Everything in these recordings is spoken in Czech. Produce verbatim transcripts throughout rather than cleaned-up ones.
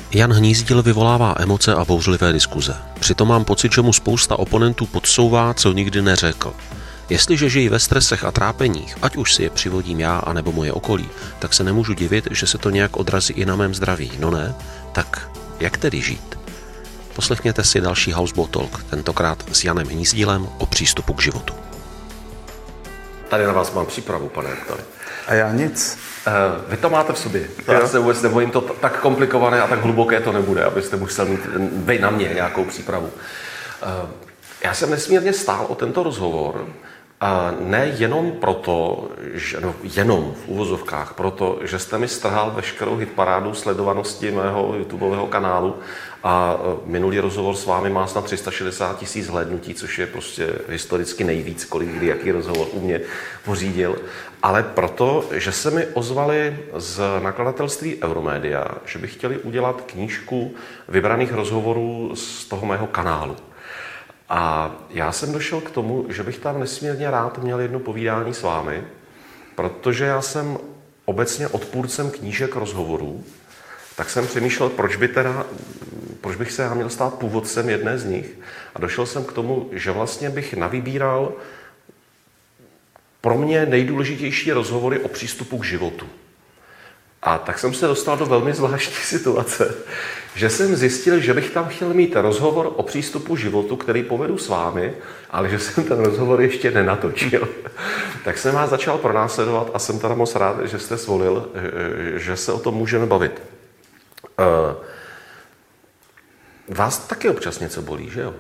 Jan Hnízdil vyvolává emoce a bouřlivé diskuze. Přitom mám pocit, že mu spousta oponentů podsouvá, co nikdy neřekl. Jestliže žijí ve stresech a trápeních, ať už si je přivodím já, anebo moje okolí, tak se nemůžu divit, že se to nějak odrazí i na mém zdraví. No ne? Tak jak tedy žít? Poslechněte si další Houseboat Talk, tentokrát s Janem Hnízdilem o přístupu k životu. Tady na vás mám přípravu, pane rektore. A já nic. Vy to máte v sobě. Já se vůbec nebojím, to tak komplikované a tak hluboké to nebude, abyste musel mít vy na mě nějakou přípravu. Já jsem nesmírně stál o tento rozhovor, a ne jenom proto, že, no jenom v uvozovkách, proto, že jste mi strhal veškerou hitparádu sledovanosti mého YouTubeového kanálu a minulý rozhovor s vámi má snad tři sta šedesát tisíc hlédnutí, což je prostě historicky nejvíc, kolik kdy jaký rozhovor u mě pořídil, ale proto, že se mi ozvali z nakladatelství Euromedia, že by chtěli udělat knížku vybraných rozhovorů z toho mého kanálu. A já jsem došel k tomu, že bych tam nesmírně rád měl jedno povídání s vámi, protože já jsem obecně odpůrcem knížek rozhovorů, tak jsem přemýšlel, proč, by teda, proč bych se já měl stát původcem jedné z nich. A došel jsem k tomu, že vlastně bych navybíral pro mě nejdůležitější rozhovory o přístupu k životu. A tak jsem se dostal do velmi zvláštní situace, že jsem zjistil, že bych tam chtěl mít rozhovor o přístupu k životu, který povedu s vámi, ale že jsem ten rozhovor ještě nenatočil. Tak jsem vás začal pronásledovat a jsem teda moc rád, že jste zvolil, že se o tom můžeme bavit. Vás taky občas něco bolí, že jo?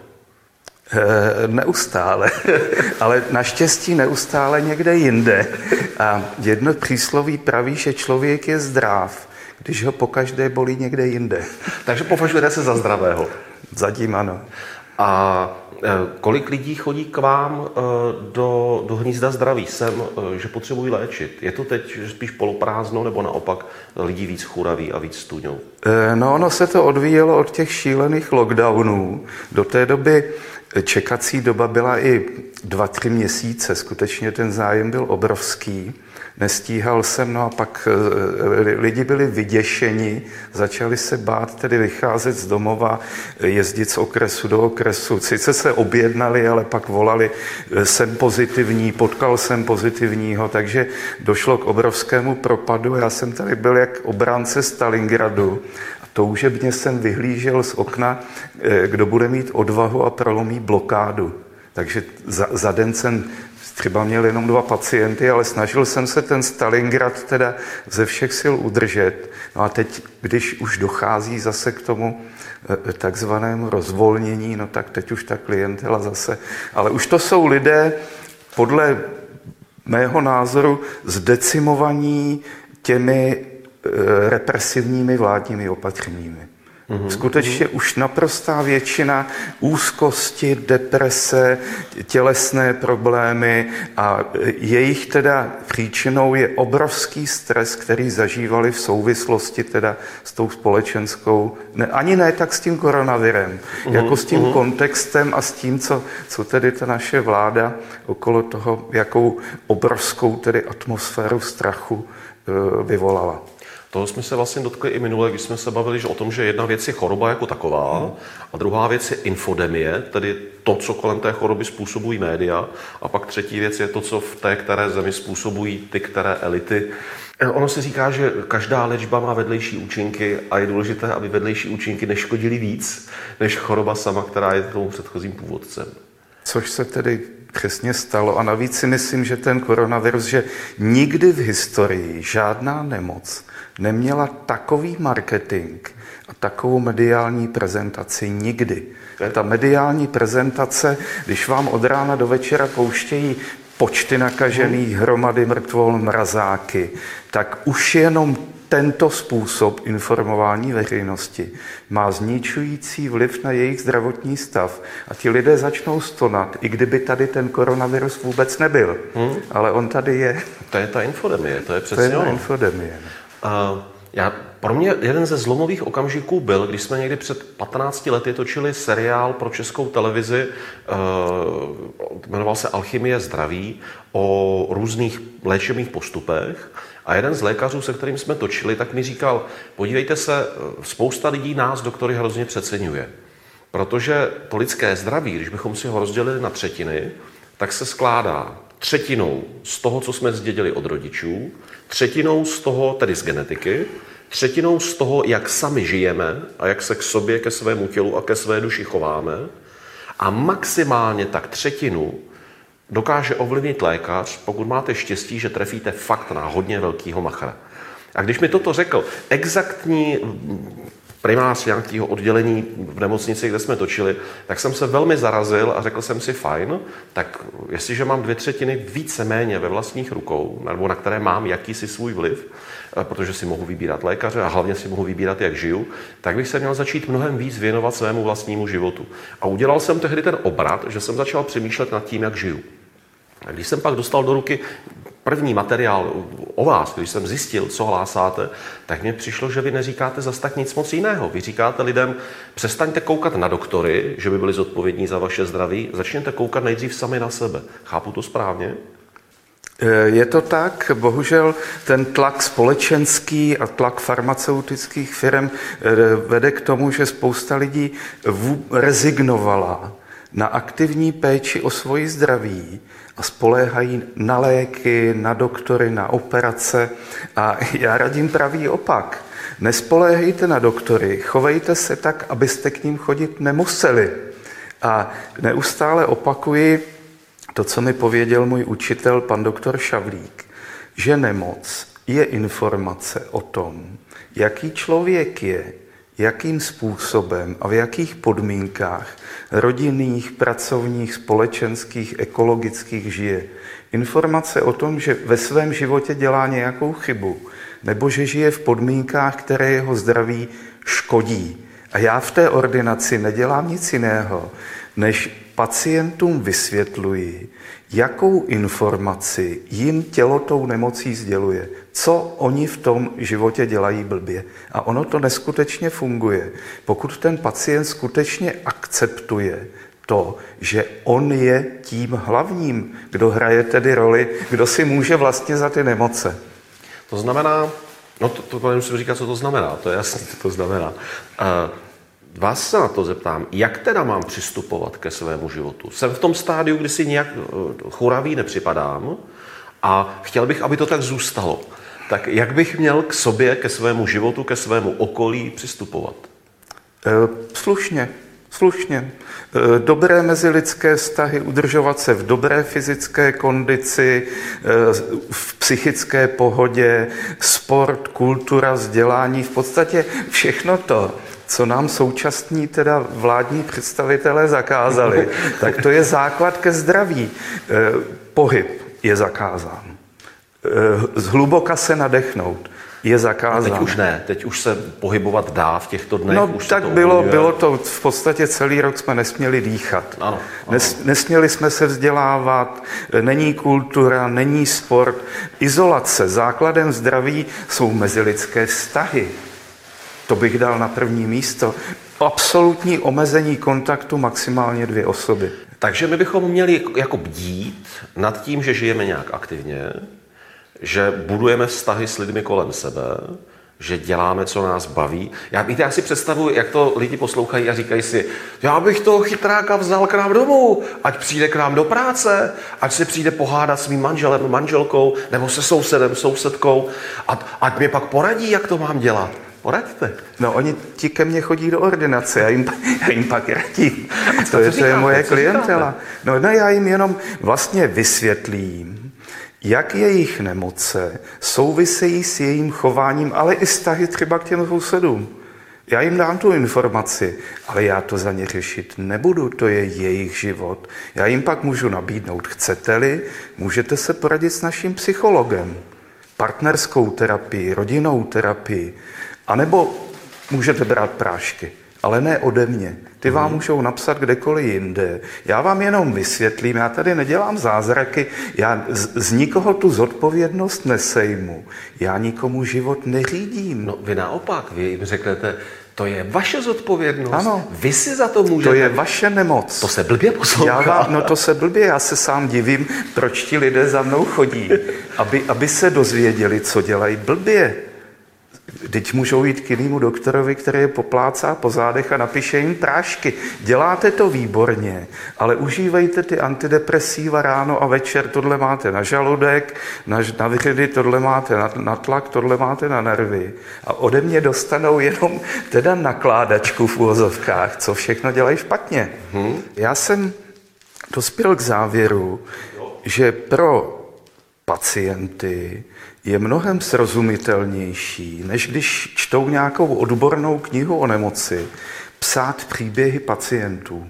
Neustále, ale naštěstí neustále někde jinde. A jedno přísloví praví, že člověk je zdrav, když ho pokaždé bolí někde jinde. Takže považujete se za zdravého? Zatím ano. A kolik lidí chodí k vám do, do hnízda zdraví sem, že potřebují léčit? Je to teď spíš poloprázdno, nebo naopak lidi víc churaví a víc studňou? No, ono se to odvíjelo od těch šílených lockdownů. Do té doby čekací doba byla i dva, tři měsíce. Skutečně ten zájem byl obrovský. Nestíhal jsem, no a pak lidi byli vyděšeni, začali se bát tedy vycházet z domova, jezdit z okresu do okresu. Sice se objednali, ale pak volali, jsem pozitivní, potkal jsem pozitivního, takže došlo k obrovskému propadu. Já jsem tady byl jak obránce Stalingradu. Toužebně jsem vyhlížel z okna, kdo bude mít odvahu a prolomí blokádu. Takže za, za den jsem třeba měl jenom dva pacienty, ale snažil jsem se ten Stalingrad teda ze všech sil udržet. No a teď, když už dochází zase k tomu takzvanému rozvolnění, no tak teď už ta klientela zase. Ale už to jsou lidé, podle mého názoru, zdecimovaní těmi represivními vládními opatřeními. Mm-hmm. Skutečně mm-hmm. už naprostá většina úzkosti, deprese, tělesné problémy a jejich teda příčinou je obrovský stres, který zažívali v souvislosti teda s tou společenskou, ne, ani ne tak s tím koronavirem, mm-hmm. jako s tím mm-hmm. kontextem a s tím, co, co tedy ta naše vláda okolo toho, jakou obrovskou tedy atmosféru strachu e, vyvolala. Toho jsme se vlastně dotkli i minule, když jsme se bavili že o tom, že jedna věc je choroba jako taková hmm. a druhá věc je infodemie, tedy to, co kolem té choroby způsobují média, a pak třetí věc je to, co v té které zemi způsobují ty které elity. Ono se říká, že každá léčba má vedlejší účinky a je důležité, aby vedlejší účinky neškodily víc než choroba sama, která je tomu předchozím původcem. Což se tedy přesně stalo. A navíc si myslím, že ten koronavirus, že nikdy v historii žádná nemoc neměla takový marketing a takovou mediální prezentaci nikdy. Ta mediální prezentace, když vám od rána do večera pouštějí počty nakažených, hromady mrtvol, mrazáky, tak už jenom tento způsob informování veřejnosti má zničující vliv na jejich zdravotní stav a ti lidé začnou stonat, i kdyby tady ten koronavirus vůbec nebyl. Hmm. Ale on tady je. To je ta infodemie, to je přesně To je ta infodemie. Uh, já pro mě jeden ze zlomových okamžiků byl, když jsme někdy před patnácti lety točili seriál pro Českou televizi, jmenoval se Alchymie zdraví, o různých léčebných postupech. A jeden z lékařů, se kterým jsme točili, tak mi říkal, podívejte se, spousta lidí nás doktory hrozně přeceňuje. Protože to lidské zdraví, když bychom si ho rozdělili na třetiny, tak se skládá třetinou z toho, co jsme zdědili od rodičů, třetinou z toho, tedy z genetiky, třetinou z toho, jak sami žijeme a jak se k sobě, ke svému tělu a ke své duši chováme, a maximálně tak třetinu dokáže ovlivnit lékař, pokud máte štěstí, že trefíte fakt na hodně velkýho machra. A když mi toto řekl exaktní primář nějakého oddělení v nemocnici, kde jsme točili, tak jsem se velmi zarazil a řekl jsem si, fajn, tak jestliže mám dvě třetiny víceméně ve vlastních rukou, nebo na které mám jakýsi svůj vliv, protože si mohu vybírat lékaře a hlavně si mohu vybírat, jak žiju, tak bych se měl začít mnohem víc věnovat svému vlastnímu životu. A udělal jsem tehdy ten obrat, že jsem začal přemýšlet nad tím, jak žiju. A když jsem pak dostal do ruky první materiál o vás, když jsem zjistil, co hlásáte, tak mně přišlo, že vy neříkáte zas tak nic moc jiného. Vy říkáte lidem, přestaňte koukat na doktory, že by byli zodpovědní za vaše zdraví, začněte koukat nejdřív sami na sebe. Chápu to správně? Je to tak, bohužel ten tlak společenský a tlak farmaceutických firm vede k tomu, že spousta lidí rezignovala na aktivní péči o svoji zdraví a spoléhají na léky, na doktory, na operace. A já radím pravý opak. Nespoléhejte na doktory, chovejte se tak, abyste k ním chodit nemuseli. A neustále opakuji to, co mi pověděl můj učitel, pan doktor Šavlík, že nemoc je informace o tom, jaký člověk je, jakým způsobem a v jakých podmínkách rodinných, pracovních, společenských, ekologických žije. Informace o tom, že ve svém životě dělá nějakou chybu, nebo že žije v podmínkách, které jeho zdraví škodí. A já v té ordinaci nedělám nic jiného, než pacientům vysvětluji, jakou informaci jim tělo tou nemocí sděluje, co oni v tom životě dělají blbě. A ono to neskutečně funguje. Pokud ten pacient skutečně akceptuje to, že on je tím hlavním, kdo hraje tedy roli, kdo si může vlastně za ty nemoce. To znamená, no to, to nemusím říkat, co to znamená, to je jasný, co to znamená. Uh, Vás se na to zeptám, jak teda mám přistupovat ke svému životu? Jsem v tom stádiu, kdy si nějak churavý nepřipadám a chtěl bych, aby to tak zůstalo. Tak jak bych měl k sobě, ke svému životu, ke svému okolí přistupovat? Slušně, slušně. Dobré mezilidské vztahy, udržovat se v dobré fyzické kondici, v psychické pohodě, sport, kultura, vzdělání, v podstatě všechno to, co nám současní teda vládní představitelé zakázali, tak to je základ ke zdraví. Pohyb je zakázán. Zhluboka se nadechnout je zakázán. Teď už ne, teď už se pohybovat dá v těchto dnech. No už tak to bylo, bylo to, v podstatě celý rok jsme nesměli dýchat. Ano, ano. Nes, nesměli jsme se vzdělávat, není kultura, není sport. Izolace, základem zdraví jsou mezilidské vztahy. To bych dal na první místo. Absolutní omezení kontaktu, maximálně dvě osoby. Takže my bychom měli jako bdít nad tím, že žijeme nějak aktivně, že budujeme vztahy s lidmi kolem sebe, že děláme, co nás baví. Já, víte, já si představuji, jak to lidi poslouchají a říkají si, já bych toho chytráka vzal k nám domů, ať přijde k nám do práce, ať se přijde pohádat s mým manželem, manželkou, nebo se sousedem, sousedkou, ať, ať mě pak poradí, jak to mám dělat. Poraďte. No, oni ti ke mně chodí do ordinace, já jim, já jim pak radím. To je, to je moje klientela. No, no, já jim jenom vlastně vysvětlím, jak jejich nemoce souvisejí s jejím chováním, ale i vztahy třeba k těm sousedům. Já jim dám tu informaci, ale já to za ně řešit nebudu, to je jejich život. Já jim pak můžu nabídnout, chcete-li, můžete se poradit s naším psychologem, partnerskou terapii, rodinnou terapii, anebo můžete brát prášky. ale ne ode mě. Ty vám můžou napsat kdekoliv jinde. Já vám jenom vysvětlím, já tady nedělám zázraky, já z, z nikoho tu zodpovědnost nesejmu. Já nikomu život neřídím. No vy naopak, vy jim řeknete, to je vaše zodpovědnost. Ano. Vy si za to můžete. To je vaše nemoc. To se blbě poslouchá. Já vám, no to se blbě, já se sám divím, proč ti lidé za mnou chodí, aby, aby se dozvěděli, co dělají blbě. Teď můžou jít k jinému doktorovi, který je poplácá po zádech a napíše jim prášky. Děláte to výborně, ale užívejte ty antidepresiva ráno a večer, tohle máte na žaludek, na, na vředy, tohle máte na, na tlak, tohle máte na nervy. A ode mě dostanou jenom teda nakládačku v uvozovkách, co všechno dělají špatně. Hmm. Já jsem dospěl k závěru, že pro pacienty je mnohem srozumitelnější, než když čtou nějakou odbornou knihu o nemoci, psát příběhy pacientů.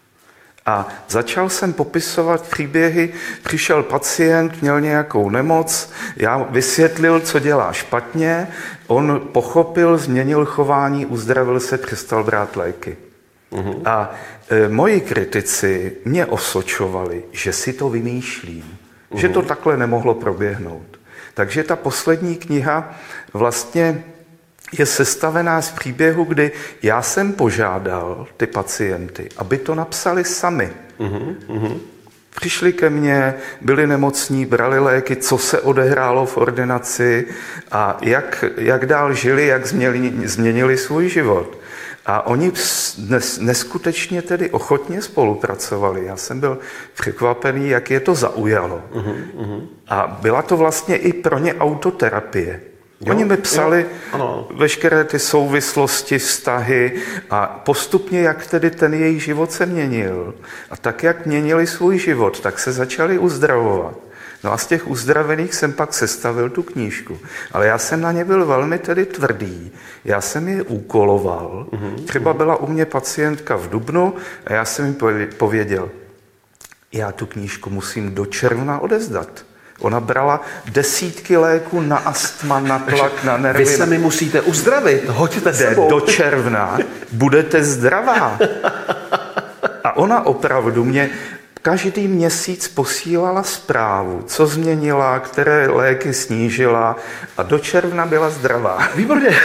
A začal jsem popisovat příběhy, přišel pacient, měl nějakou nemoc, já vysvětlil, co dělá špatně, on pochopil, změnil chování, uzdravil se, přestal brát léky. Uhum. A e, moji kritici mě osočovali, že si to vymýšlím, uhum. že to takhle nemohlo proběhnout. Takže ta poslední kniha vlastně je sestavená z příběhu, kdy já jsem požádal ty pacienty, aby to napsali sami. Uhum, uhum. Přišli ke mně, byli nemocní, brali léky, co se odehrálo v ordinaci a jak, jak dál žili, jak změnili, změnili svůj život. A oni neskutečně tedy ochotně spolupracovali. Já jsem byl překvapený, jak je to zaujalo. Uhum, uhum. A byla to vlastně i pro ně autoterapie. Jo, oni mi psali jo, veškeré ty souvislosti, vztahy a postupně, jak tedy ten jejich život se měnil. A tak, jak měnili svůj život, tak se začali uzdravovat. No a z těch uzdravených jsem pak sestavil tu knížku. Ale já jsem na ně byl velmi tedy tvrdý. Já jsem je úkoloval. Uhum, Třeba uhum. byla u mě pacientka v dubnu a já jsem jim pověděl, já tu knížku musím do června odevzdat. Ona brala desítky léků na astma, na tlak, na nervy. Vy se mi musíte uzdravit, hoďte sebou. Do června budete zdravá. A ona opravdu mě každý měsíc posílala zprávu, co změnila, které léky snížila a do června byla zdravá. Výborně.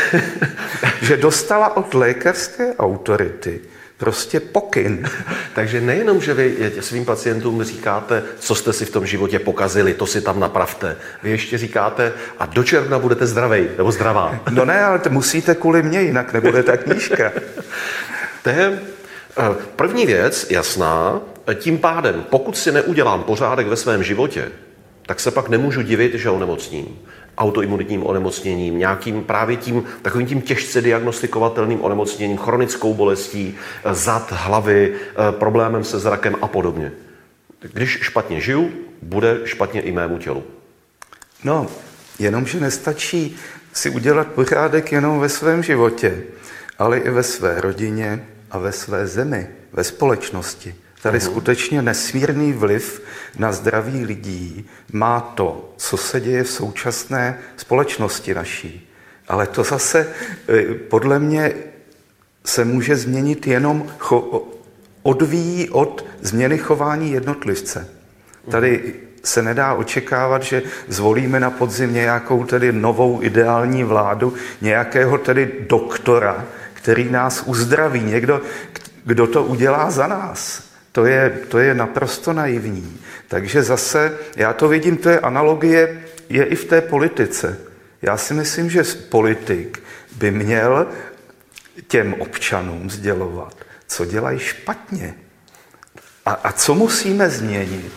Že dostala od lékařské autority prostě pokyn. Takže nejenom, že vy svým pacientům říkáte, co jste si v tom životě pokazili, to si tam napravte. Vy ještě říkáte, a do června budete zdravej, nebo zdravá. No ne, ale to musíte kvůli mě, jinak nebude ta knížka. To je první věc, jasná. Tím pádem, pokud si neudělám pořádek ve svém životě, tak se pak nemůžu divit, že onemocním. Autoimunitním onemocněním, nějakým právě tím takovým tím těžce diagnostikovatelným onemocněním, chronickou bolestí, zad, hlavy, problémem se zrakem a podobně. Když špatně žiju, bude špatně i mému tělu. No, jenomže nestačí si udělat pořádek jenom ve svém životě, ale i ve své rodině a ve své zemi, ve společnosti. Tady uhum. skutečně nesmírný vliv na zdraví lidí má to, co se děje v současné společnosti naší. Ale to zase podle mě se může změnit jenom, cho- odvíjí od změny chování jednotlivce. Tady se nedá očekávat, že zvolíme na podzim nějakou tedy novou ideální vládu, nějakého tedy doktora, který nás uzdraví, někdo, kdo to udělá za nás. To je, to je naprosto naivní. Takže zase, já to vidím, to je analogie, je i v té politice. Já si myslím, že politik by měl těm občanům sdělovat, co dělají špatně a, a co musíme změnit,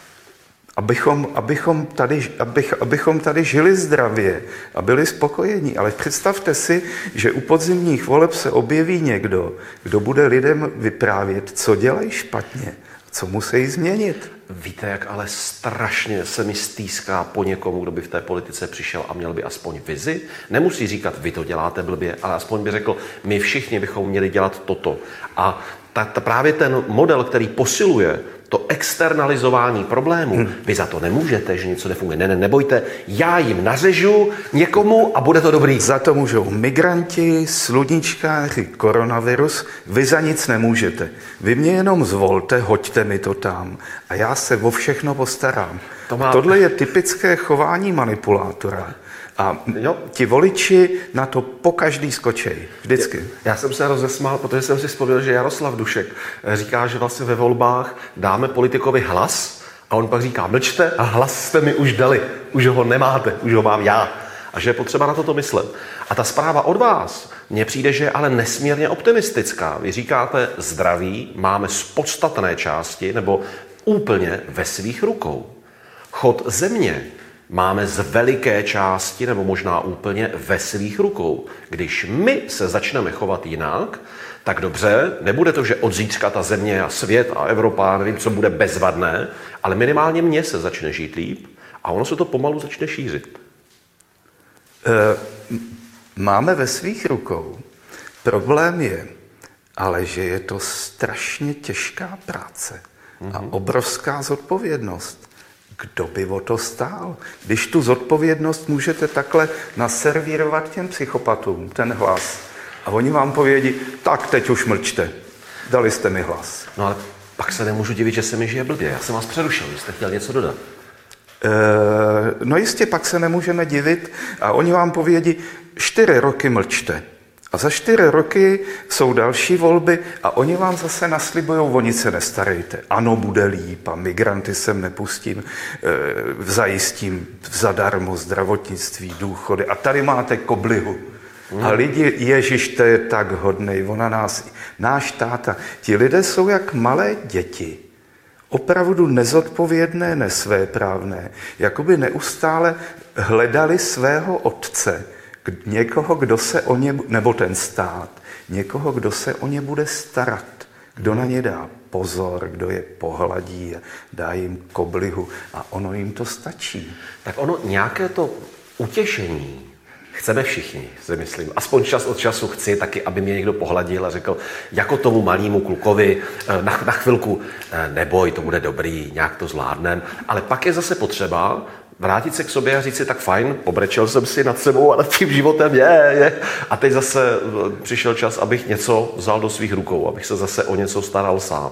abychom, abychom, tady, abych, abychom tady žili zdravě a byli spokojení. Ale představte si, že u podzimních voleb se objeví někdo, kdo bude lidem vyprávět, co dělají špatně, co musí změnit. Víte, jak ale strašně se mi stýská po někomu, kdo by v té politice přišel a měl by aspoň vizi. Nemusí říkat, vy to děláte blbě, ale aspoň by řekl, my všichni bychom měli dělat toto. A ta, ta, právě ten model, který posiluje to externalizování problémů, hmm. vy za to nemůžete, že něco nefunguje. Ne, ne, nebojte, já jim nařežu někomu a bude to dobrý. Za to můžou migranti, sludničkáři, koronavirus, vy za nic nemůžete. Vy mě jenom zvolte, hoďte mi to tam a já se o všechno postarám. To má... Tohle je typické chování manipulátora. A jo. Ti voliči na to pokaždý skočej. Vždycky. Já jsem se rozesmál, protože jsem si vzpomněl, že Jaroslav Dušek říká, že vlastně ve volbách dáme politikovi hlas a on pak říká, mlčte a hlas jste mi už dali. Už ho nemáte, už ho mám já. A že je potřeba na toto myslet. A ta zpráva od vás mně přijde, že je ale nesmírně optimistická. Vy říkáte, zdraví máme z podstatné části nebo úplně ve svých rukou. Chod země máme z veliké části, nebo možná úplně ve svých rukou. Když my se začneme chovat jinak, tak dobře, nebude to, že od zítřka ta země a svět a Evropa, nevím, co bude bezvadné, ale minimálně mně se začne žít líp a ono se to pomalu začne šířit. E, máme ve svých rukou. Problém je, ale že je to strašně těžká práce mm-hmm. a obrovská zodpovědnost. Kdo by o to stál? Když tu zodpovědnost můžete takhle naservírovat těm psychopatům, ten hlas, a oni vám povědí, tak teď už mlčte, dali jste mi hlas. No ale pak se nemůžu divit, že se mi žije blbě. Já jsem vás přerušil, jste chtěl něco dodat. E, no jistě, pak se nemůžeme divit a oni vám povědí, čtyři roky mlčte. A za čtyři roky jsou další volby a oni vám zase naslibujou, o nic se nestarejte. Ano, bude líp a migranty sem nepustím, e, zajistím zadarmo zdravotnictví, důchody. A tady máte koblihu. Mm. A lidi, Ježiš, to je tak hodnej, ona nás, náš táta. Ti lidé jsou jak malé děti. Opravdu nezodpovědné, nesvéprávné. Jakoby neustále hledali svého otce. Někoho, kdo se o ně, nebo ten stát, někoho, kdo se o ně bude starat, kdo na ně dá pozor, kdo je pohladí a dá jim koblihu a ono jim to stačí. Tak ono nějaké to utěšení chceme všichni, si myslím. Aspoň čas od času chci taky, aby mě někdo pohladil a řekl, jako tomu malému klukovi, na, na chvilku, neboj, to bude dobrý, nějak to zvládnem, ale pak je zase potřeba vrátit se k sobě a říct si, tak fajn, pobrečel jsem si nad sebou a nad tím životem, je, je. A teď zase přišel čas, abych něco vzal do svých rukou, abych se zase o něco staral sám.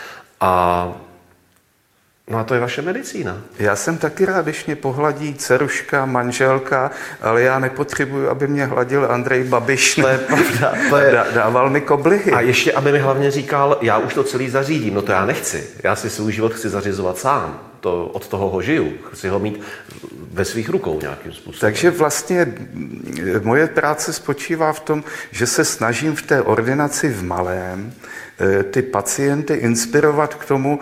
A no a to je vaše medicína. Já jsem taky rád, když mě pohladí dceruška, manželka, ale já nepotřebuji, aby mě hladil Andrej Babiš. To je pravda. To je... Dá, dával mi koblihy. A ještě, aby mi hlavně říkal, já už to celý zařídím. No to já nechci. Já si svůj život chci zařizovat sám. To, od toho ho žiju. Chci ho mít ve svých rukou nějakým způsobem. Takže vlastně moje práce spočívá v tom, že se snažím v té ordinaci v malém ty pacienty inspirovat k tomu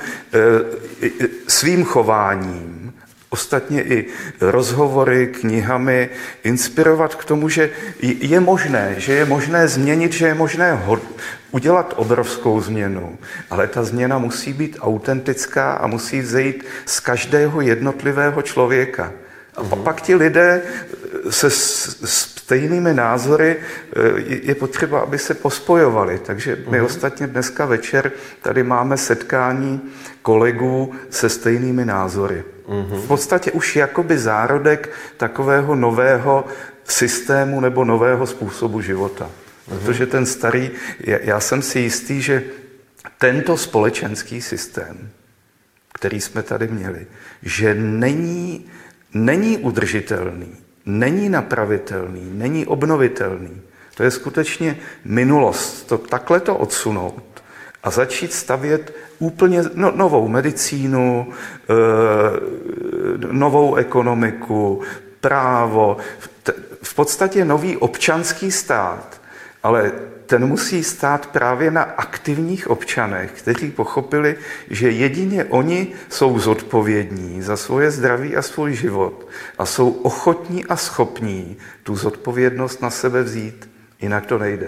svým chováním, ostatně i rozhovory, knihami, inspirovat k tomu, že je možné, že je možné změnit, že je možné udělat obrovskou změnu, ale ta změna musí být autentická a musí vzejít z každého jednotlivého člověka. A pak ti lidé se stejnými názory je potřeba, aby se pospojovali. Takže my uh-huh. ostatně dneska večer tady máme setkání kolegů se stejnými názory. Uh-huh. V podstatě už jakoby zárodek takového nového systému nebo nového způsobu života. Uh-huh. Protože ten starý, já jsem si jistý, že tento společenský systém, který jsme tady měli, že není Není udržitelný, není napravitelný, není obnovitelný. To je skutečně minulost. To, takhle to odsunout a začít stavět úplně no, novou medicínu, e, novou ekonomiku, právo, v podstatě nový občanský stát, ale ten musí stát právě na aktivních občanech, kteří pochopili, že jedině oni jsou zodpovědní za svoje zdraví a svůj život a jsou ochotní a schopní tu zodpovědnost na sebe vzít. Jinak to nejde.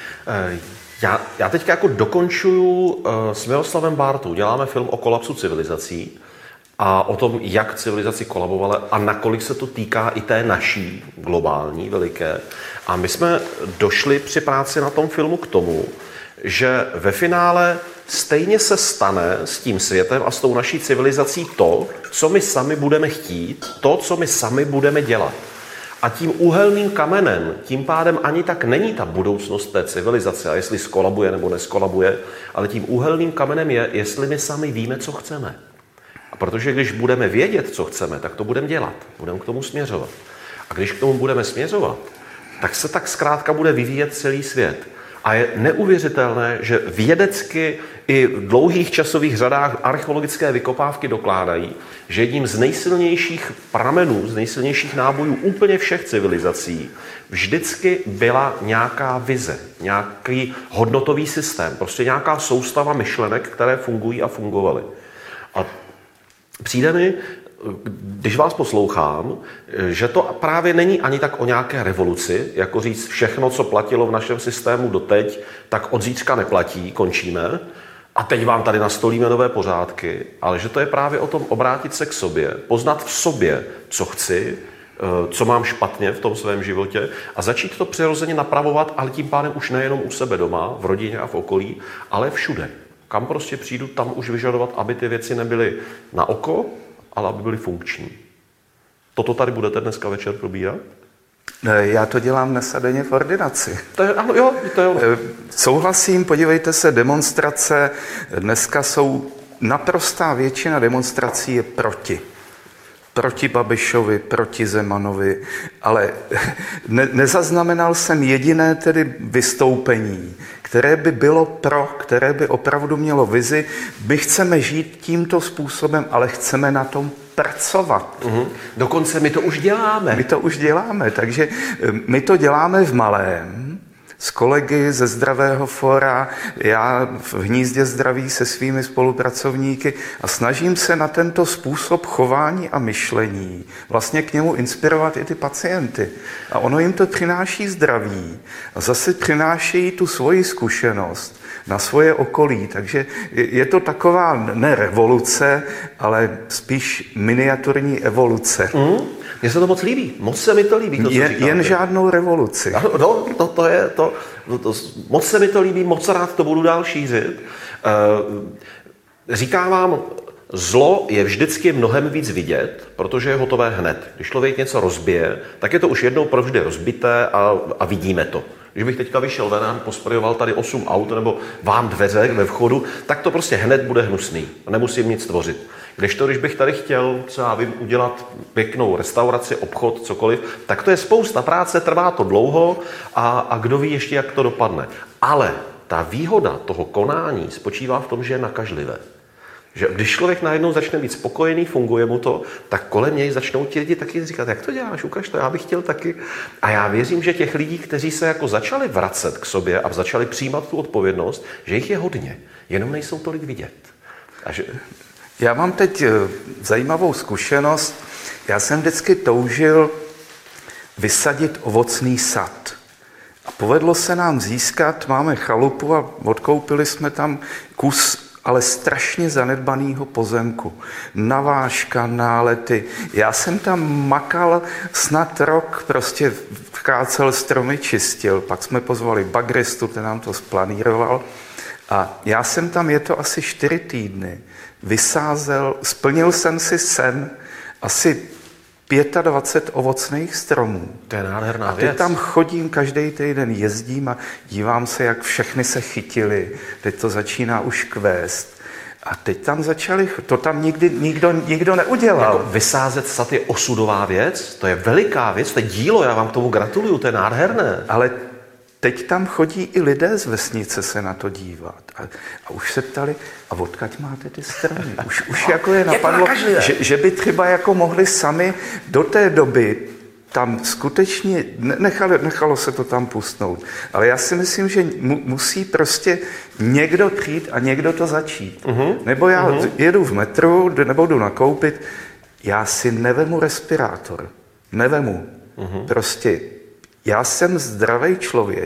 Já, já teď jako dokončuju s Miroslavem Bártou. Děláme film o kolapsu civilizací a o tom, jak civilizaci kolabovaly a nakolik se to týká i té naší, globální, veliké. A my jsme došli při práci na tom filmu k tomu, že ve finále stejně se stane s tím světem a s tou naší civilizací to, co my sami budeme chtít, to, co my sami budeme dělat. A tím úhelným kamenem, tím pádem ani tak není ta budoucnost té civilizace, a jestli skolabuje nebo neskolabuje, ale tím úhelným kamenem je, jestli my sami víme, co chceme. A protože když budeme vědět, co chceme, tak to budeme dělat, budeme k tomu směřovat. A když k tomu budeme směřovat, tak se tak zkrátka bude vyvíjet celý svět. A je neuvěřitelné, že vědecky i v dlouhých časových řadách archeologické vykopávky dokládají, že jedním z nejsilnějších pramenů, z nejsilnějších nábojů úplně všech civilizací vždycky byla nějaká vize, nějaký hodnotový systém, prostě nějaká soustava myšlenek, které fungují a fungovaly. A přijde mi, když vás poslouchám, že to právě není ani tak o nějaké revoluci, jako říct všechno, co platilo v našem systému doteď, tak od zítřka neplatí, končíme a teď vám tady nastolíme nové pořádky, ale že to je právě o tom obrátit se k sobě, poznat v sobě, co chci, co mám špatně v tom svém životě a začít to přirozeně napravovat, ale tím pádem už nejenom u sebe doma, v rodině a v okolí, ale všude. Kam prostě přijdu, tam už vyžadovat, aby ty věci nebyly na oko, ale aby byly funkční. Toto tady budete dneska večer probírat? Já to dělám dnes a denně v ordinaci. To je, ano, jo, to je ono. Souhlasím, podívejte se, demonstrace, dneska jsou naprostá většina demonstrací je proti. Proti Babišovi, proti Zemanovi, ale ne, nezaznamenal jsem jediné tedy vystoupení, které by bylo pro, které by opravdu mělo vizi. My chceme žít tímto způsobem, ale chceme na tom pracovat. Uhum. Dokonce my to už děláme. My to už děláme, takže my to děláme v malém, s kolegy ze Zdravého fóra, já v Hnízdě zdraví se svými spolupracovníky a snažím se na tento způsob chování a myšlení vlastně k němu inspirovat i ty pacienty. A ono jim to přináší zdraví a zase přináší tu svoji zkušenost na svoje okolí. Takže je to taková ne revoluce, ale spíš miniaturní evoluce. Mm. Mně se to moc líbí, moc se mi to líbí. To, co jen, jen žádnou revoluci. Ano, no, to, to je to, to, to, moc se mi to líbí, moc rád to budu dál šířit. Říkám vám, zlo je vždycky mnohem víc vidět, protože je hotové hned. Když člověk něco rozbije, tak je to už jednou provždy rozbité a, a vidíme to. Když bych teďka vyšel ven a posprayoval tady osm aut nebo vám dveře ve vchodu, tak to prostě hned bude hnusný. Nemusím nic tvořit. Kdežto, když bych tady chtěl, co já vím, udělat pěknou restauraci, obchod, cokoliv, tak to je spousta práce, trvá to dlouho a, a kdo ví ještě, jak to dopadne. Ale ta výhoda toho konání spočívá v tom, že je nakažlivé. Že když člověk najednou začne být spokojený, funguje mu to, tak kolem něj začnou ti lidi taky říkat, jak to děláš, ukaž to, já bych chtěl taky. A já věřím, že těch lidí, kteří se jako začali vracet k sobě a začali přijímat tu odpovědnost, že jich je hodně, jenom nejsou tolik vidět. A že... Já mám teď zajímavou zkušenost. Já jsem vždycky toužil vysadit ovocný sad. A povedlo se nám získat, máme chalupu a odkoupili jsme tam kus ale strašně zanedbanýho pozemku. Navážka, nálety. Já jsem tam makal snad rok, prostě vkácel stromy, čistil. Pak jsme pozvali bagristu, ten nám to splaníroval. A já jsem tam, je to asi čtyři týdny, vysázel, splnil jsem si sen asi dvacet pět ovocných stromů. To je nádherná a věc. teď tam chodím, každý týden jezdím a dívám se, jak všechny se chytily. Teď to začíná už kvést. A teď tam začali, to tam nikdy nikdo, nikdo neudělal. Jako vysázet sad je osudová věc, to je veliká věc, to je dílo, já vám k tomu gratuluju, to je nádherné. Ale teď tam chodí i lidé z vesnice se na to dívat. A, a už se ptali, a odkud máte ty stromy? Už, už jako je napadlo, že, že by třeba jako mohli sami do té doby tam skutečně, nechalo, nechalo se to tam pustnout. Ale já si myslím, že mu, musí prostě někdo přijít a někdo to začít. Uh-huh. Nebo já uh-huh. jedu v metru, nebo jdu nakoupit, já si nevemu respirátor. Nevemu. Uh-huh. Prostě já jsem zdravý člověk,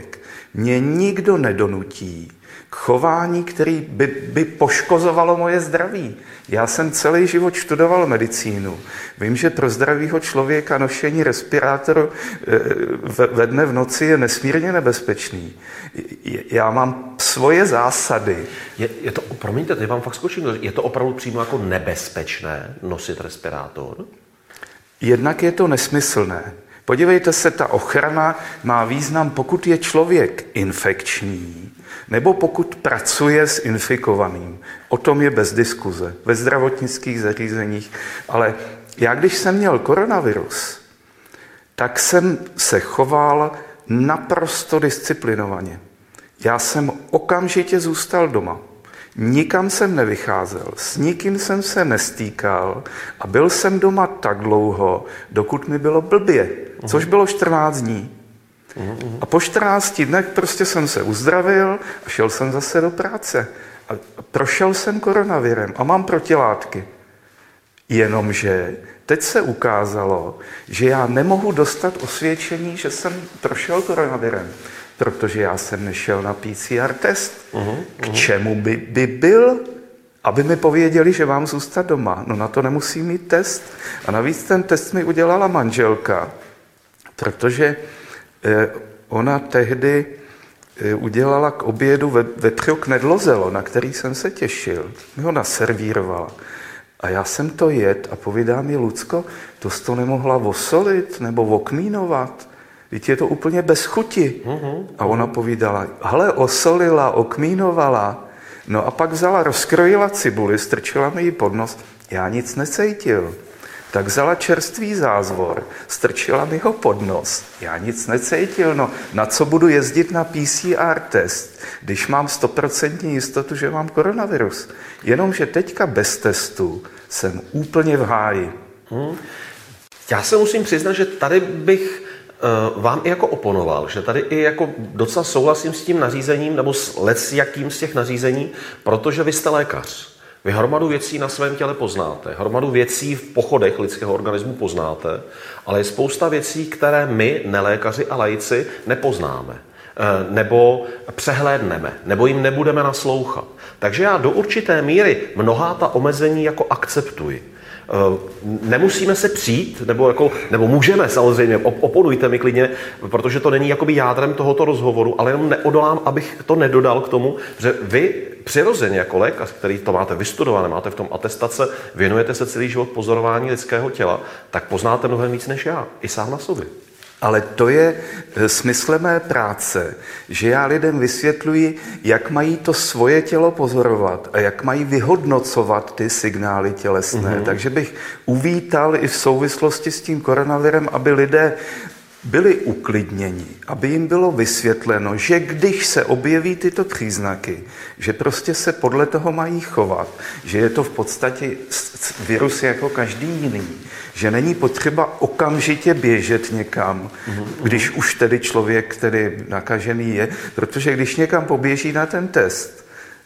mě nikdo nedonutí k chování, který by, by poškozovalo moje zdraví. Já jsem celý život studoval medicínu. Vím, že pro zdravýho člověka nošení respirátoru ve dne v noci je nesmírně nebezpečný. Já mám svoje zásady. Je, je to, promiňte, teď vám fakt skočím, je to opravdu přímo jako nebezpečné nosit respirátor? Jednak je to nesmyslné. Podívejte se, ta ochrana má význam, pokud je člověk infekční, nebo pokud pracuje s infikovaným. O tom je bez diskuze ve zdravotnických zařízeních. Ale já, když jsem měl koronavirus, tak jsem se choval naprosto disciplinovaně. Já jsem okamžitě zůstal doma. Nikam jsem nevycházel, s nikým jsem se nestýkal a byl jsem doma tak dlouho, dokud mi bylo blbě, což bylo čtrnáct dní. A po čtrnácti dnech prostě jsem se uzdravil a šel jsem zase do práce. A prošel jsem koronavirem a mám protilátky. Jenomže teď se ukázalo, že já nemohu dostat osvědčení, že jsem prošel koronavirem, protože já jsem nešel na P C R test. Uhum, K čemu by, by byl? Aby mi pověděli, že mám zůstat doma. No na to nemusím mít test. A navíc ten test mi udělala manželka, protože eh, ona tehdy eh, udělala k obědu ve, vepřo knedlozelo, na který jsem se těšil. Mi ho naservírovala. A já jsem to jet a povídá mi, Lucko, to jsi to nemohla osolit nebo okmínovat? Víte, je to úplně bez chuti. Uhum. A ona povídala, hele, osolila, okmínovala. No a pak vzala, rozkrojila cibuli, strčila mi ji pod nos. Já nic necítil. Tak vzala čerstvý zázvor, strčila mi ho pod nos. Já nic necítil. No, na co budu jezdit na P C R test, když mám stoprocentní jistotu, že mám koronavirus? Jenomže teďka bez testu jsem úplně v háji. Hmm. Já se musím přiznat, že tady bych vám i jako oponoval, že tady i jako docela souhlasím s tím nařízením, nebo s lecjakým z těch nařízení, protože vy jste lékař. Vy hromadu věcí na svém těle poznáte, hromadu věcí v pochodech lidského organismu poznáte, ale je spousta věcí, které my, nelékaři a laici, nepoznáme, nebo přehlédneme, nebo jim nebudeme naslouchat. Takže já do určité míry mnohá ta omezení jako akceptuji. Nemusíme se přijít, nebo, jako, nebo můžeme samozřejmě, oponujte mi klidně, protože to není jakoby jádrem tohoto rozhovoru, ale jenom neodolám, abych to nedodal k tomu, že vy přirozeně jako lékař, který to máte vystudované, máte v tom atestace, věnujete se celý život pozorování lidského těla, tak poznáte mnohem víc než já, i sám na sobě. Ale to je smysl mé práce, že já lidem vysvětluji, jak mají to svoje tělo pozorovat a jak mají vyhodnocovat ty signály tělesné. Mm-hmm. Takže bych uvítal i v souvislosti s tím koronavirem, aby lidé byli uklidněni, aby jim bylo vysvětleno, že když se objeví tyto příznaky, že prostě se podle toho mají chovat, že je to v podstatě virus jako každý jiný, že není potřeba okamžitě běžet někam, mm-hmm. když už tedy člověk, který nakažený je, protože když někam poběží na ten test,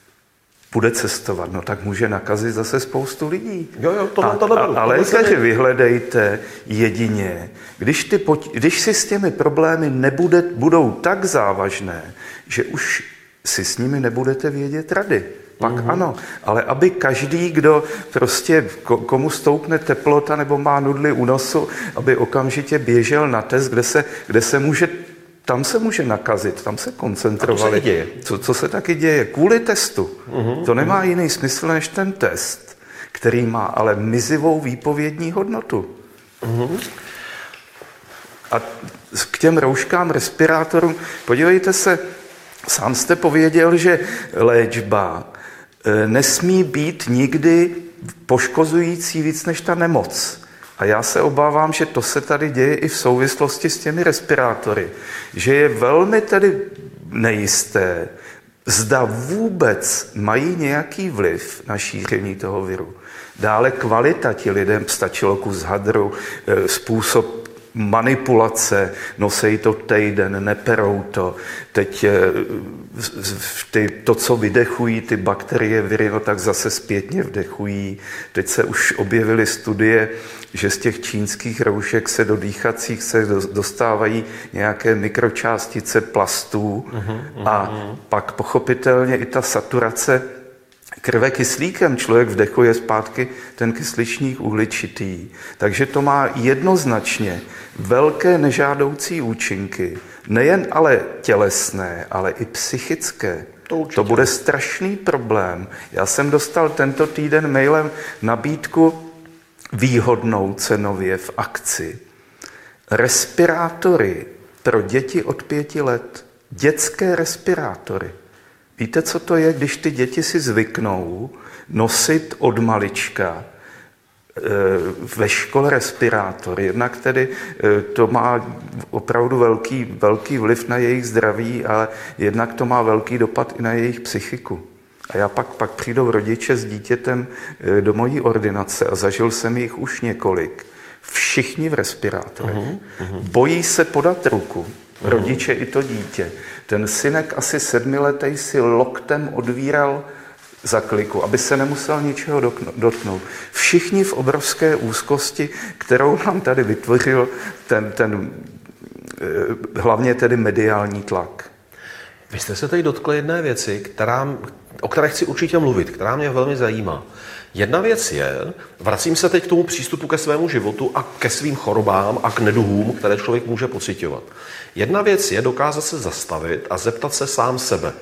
bude cestovat, no tak může nakazit zase spoustu lidí. Jo, jo, tohle, tohle, tohle, a lékaři vyhledejte jedině, když, ty, když si s těmi problémy nebude, budou tak závažné, že už si s nimi nebudete vědět rady. Pak mm-hmm. ano, ale aby každý, kdo prostě, komu stoupne teplota nebo má nudly u nosu, aby okamžitě běžel na test, kde se, kde se může, tam se může nakazit, tam se koncentrovali. A to se děje. Co, co se taky děje? Kvůli testu. Mm-hmm. To nemá jiný smysl než ten test, který má ale mizivou výpovědní hodnotu. Mm-hmm. A k těm rouškám, respirátorům, podívejte se, sám jste pověděl, že léčba nesmí být nikdy poškozující víc než ta nemoc. A já se obávám, že to se tady děje i v souvislosti s těmi respirátory. Že je velmi tedy nejisté, zda vůbec mají nějaký vliv na šíření toho viru. Dále kvalita, ti lidem stačilo kus hadru, způsob manipulace, nosej to týden, neperou to. Teď ty, to, co vydechují ty bakterie, viry, no tak zase zpětně vdechují. Teď se už objevily studie, že z těch čínských roušek se do dýchacích se dostávají nějaké mikročástice plastů uh-huh, uh-huh. a pak pochopitelně i ta saturace krve kyslíkem. Člověk vdechuje zpátky ten kysličník uhličitý. Takže to má jednoznačně velké nežádoucí účinky, nejen ale tělesné, ale i psychické. To, to bude strašný problém. Já jsem dostal tento týden mailem nabídku výhodnou cenově v akci. Respirátory pro děti od pěti let. Dětské respirátory. Víte, co to je, když ty děti si zvyknou nosit od malička ve škole respirátor. Jednak tedy to má opravdu velký, velký vliv na jejich zdraví, ale jednak to má velký dopad i na jejich psychiku. A já pak, pak přijdou rodiče s dítětem do mojí ordinace a zažil jsem jich už několik. Všichni v respirátorech. Uh-huh, uh-huh. Bojí se podat ruku. Rodiče uh-huh. i to dítě. Ten synek asi sedmiletý si loktem odvíral zakliku, aby se nemusel ničeho dotknout. Všichni v obrovské úzkosti, kterou nám tady vytvořil ten, ten hlavně tedy mediální tlak. Vy jste se tady dotkli jedné věci, která, o které chci určitě mluvit, která mě velmi zajímá. Jedna věc je, vracím se teď k tomu přístupu ke svému životu a ke svým chorobám a k neduhům, které člověk může pociťovat. Jedna věc je dokázat se zastavit a zeptat se sám sebe,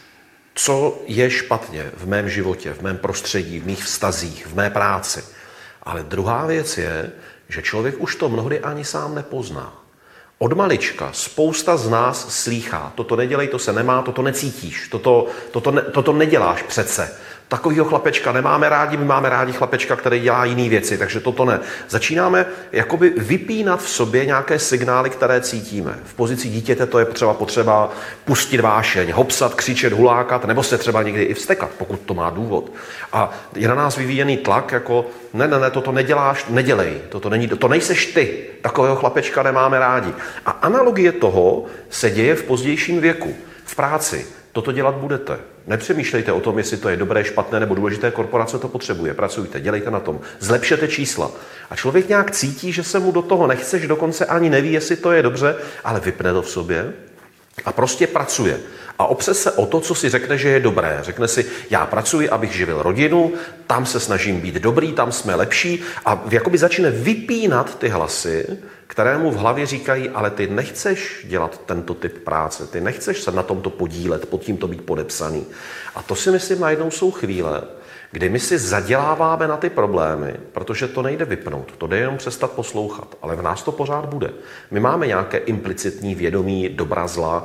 co je špatně v mém životě, v mém prostředí, v mých vztazích, v mé práci. Ale druhá věc je, že člověk už to mnohdy ani sám nepozná. Od malička spousta z nás slýchá, toto nedělej, to se nemá, toto necítíš, toto, toto, ne, toto neděláš přece. Takovýho chlapečka nemáme rádi, my máme rádi chlapečka, který dělá jiné věci, takže toto ne. Začínáme jakoby vypínat v sobě nějaké signály, které cítíme. V pozici dítěte to je třeba potřeba pustit vášeň, hopsat, křičet, hulákat, nebo se třeba někdy i vztekat, pokud to má důvod. A je na nás vyvíjený tlak, jako ne, ne, ne, toto neděláš, nedělej, toto není, to nejseš ty, takového chlapečka nemáme rádi. A analogie toho se děje v pozdějším věku, v práci. Toto dělat budete. Nepřemýšlejte o tom, jestli to je dobré, špatné nebo důležité, korporace to potřebuje. Pracujte, dělejte na tom, zlepšete čísla. A člověk nějak cítí, že se mu do toho nechce, že dokonce ani neví, jestli to je dobře, ale vypne to v sobě a prostě pracuje. A opře se o to, co si řekne, že je dobré. Řekne si, já pracuji, abych živil rodinu, tam se snažím být dobrý, tam jsme lepší a jakoby začne vypínat ty hlasy, kterému v hlavě říkají, ale ty nechceš dělat tento typ práce, ty nechceš se na tomto podílet, pod tímto být podepsaný. A to si myslím, najednou jsou chvíle, kdy my si zaděláváme na ty problémy, protože to nejde vypnout, to jde jenom přestat poslouchat, ale v nás to pořád bude. My máme nějaké implicitní vědomí dobra, zla,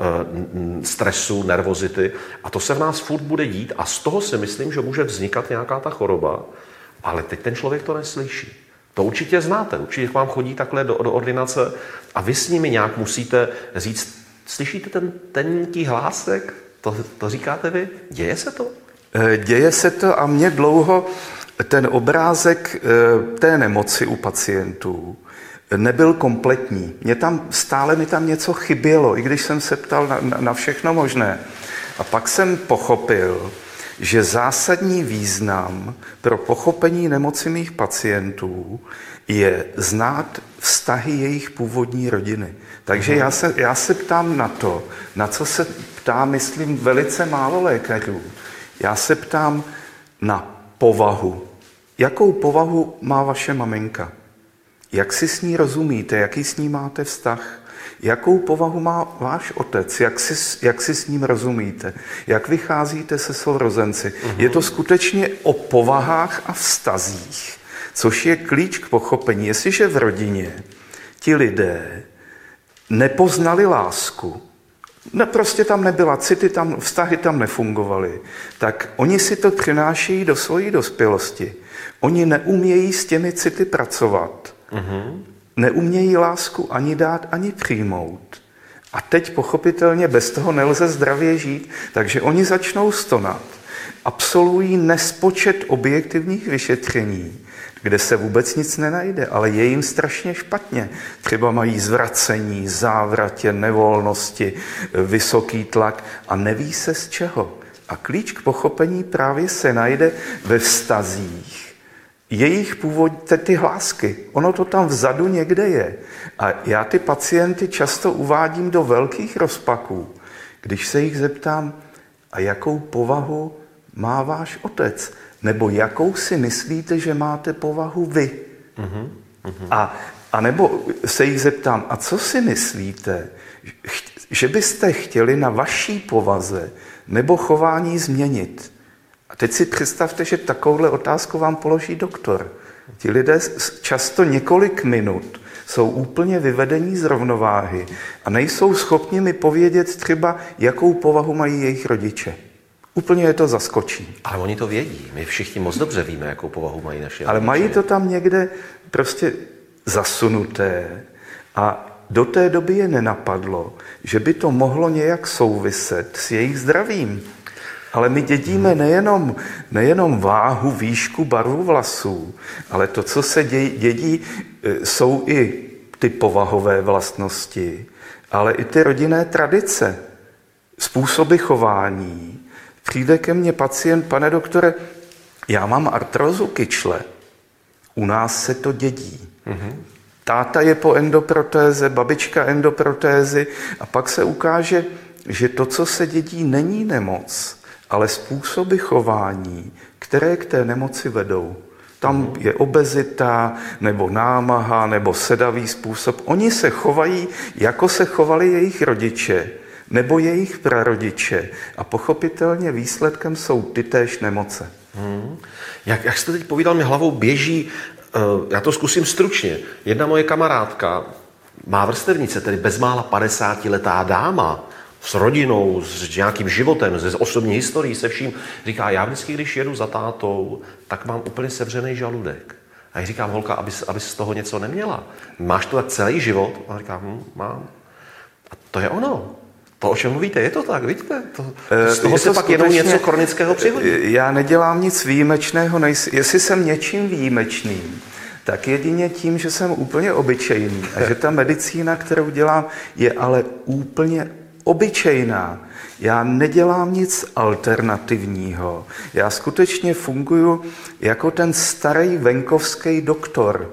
stresu, nervozity a to se v nás furt bude dít a z toho si myslím, že může vznikat nějaká ta choroba, ale teď ten člověk to neslyší. To určitě znáte, určitě k vám chodí takhle do, do ordinace a vy s nimi nějak musíte říct, slyšíte ten tenký hlásek? To, to říkáte vy? Děje se to? Děje se to a mě dlouho ten obrázek té nemoci u pacientů nebyl kompletní. Mě tam, stále mi tam něco chybělo, i když jsem se ptal na, na, na všechno možné. A pak jsem pochopil, že zásadní význam pro pochopení nemoci mých pacientů je znát vztahy jejich původní rodiny. Takže já se, já se ptám na to, na co se ptá, myslím, velice málo lékařů. Já se ptám na povahu. Jakou povahu má vaše maminka? Jak si s ní rozumíte? Jaký s ní máte vztah? Jakou povahu má váš otec? Jak si, jak si s ním rozumíte? Jak vycházíte se sourozenci? Uh-huh. Je to skutečně o povahách a vztazích, což je klíč k pochopení. Jestliže v rodině ti lidé nepoznali lásku, ne, prostě tam nebyla city, tam, vztahy tam nefungovaly, tak oni si to přinášejí do svojí dospělosti. Oni neumějí s těmi city pracovat. Uh-huh. Neumějí lásku ani dát, ani přijmout. A teď pochopitelně bez toho nelze zdravě žít, takže oni začnou stonat. Absolvují nespočet objektivních vyšetření, kde se vůbec nic nenajde, ale je jim strašně špatně. Třeba mají zvracení, závratě, nevolnosti, vysoký tlak a neví se z čeho. A klíč k pochopení právě se najde ve vztazích. Jejich původ, ty hlásky, ono to tam vzadu někde je. A já ty pacienty často uvádím do velkých rozpaků, když se jich zeptám, a jakou povahu má váš otec? Nebo jakou si myslíte, že máte povahu vy? Mm-hmm. A, a nebo se jich zeptám, a co si myslíte, že byste chtěli na vaší povaze nebo chování změnit? A teď si představte, že takovouhle otázku vám položí doktor. Ti lidé často několik minut jsou úplně vyvedení z rovnováhy a nejsou schopni mi povědět třeba, jakou povahu mají jejich rodiče. Úplně je to zaskočí. Ale oni to vědí. My všichni moc dobře víme, jakou povahu mají naše Ale rodiče. mají to tam někde prostě zasunuté a do té doby je nenapadlo, že by to mohlo nějak souviset s jejich zdravím. Ale my dědíme nejenom, nejenom váhu, výšku, barvu vlasů, ale to, co se dějí, dědí, jsou i ty povahové vlastnosti, ale i ty rodinné tradice, způsoby chování. Přijde ke mně pacient, pane doktore, já mám artrózu kyčle, u nás se to dědí. Mm-hmm. Táta je po endoprotéze, babička endoprotézy a pak se ukáže, že to, co se dědí, není nemoc, ale způsoby chování, které k té nemoci vedou. Tam je obezita, nebo námaha, nebo sedavý způsob. Oni se chovají, jako se chovali jejich rodiče, nebo jejich prarodiče. A pochopitelně výsledkem jsou tytéž nemoce. Hmm. Jak, jak jste teď povídal, mi hlavou běží, uh, já to zkusím stručně. Jedna moje kamarádka má vrstevnice, tedy bezmála padesátiletá dáma, s rodinou, s nějakým životem, s osobní historií, se vším. Říká, já vždycky, když jedu za tátou, tak mám úplně sevřený žaludek. A já říkám, holka, abys, abys z toho něco neměla. Máš to tak celý život? A on říká, hm, mám. A to je ono. To, o čem mluvíte, je to tak, vidíte? To, to, z toho je se to pak jenom něco chronického přihodí. Já nedělám nic výjimečného, nejsi, jestli jsem něčím výjimečným, tak jedině tím, že jsem úplně obyčejný a že ta medicína, kterou dělám, je ale úplně obyčejná. Já nedělám nic alternativního. Já skutečně funguji jako ten starý venkovský doktor.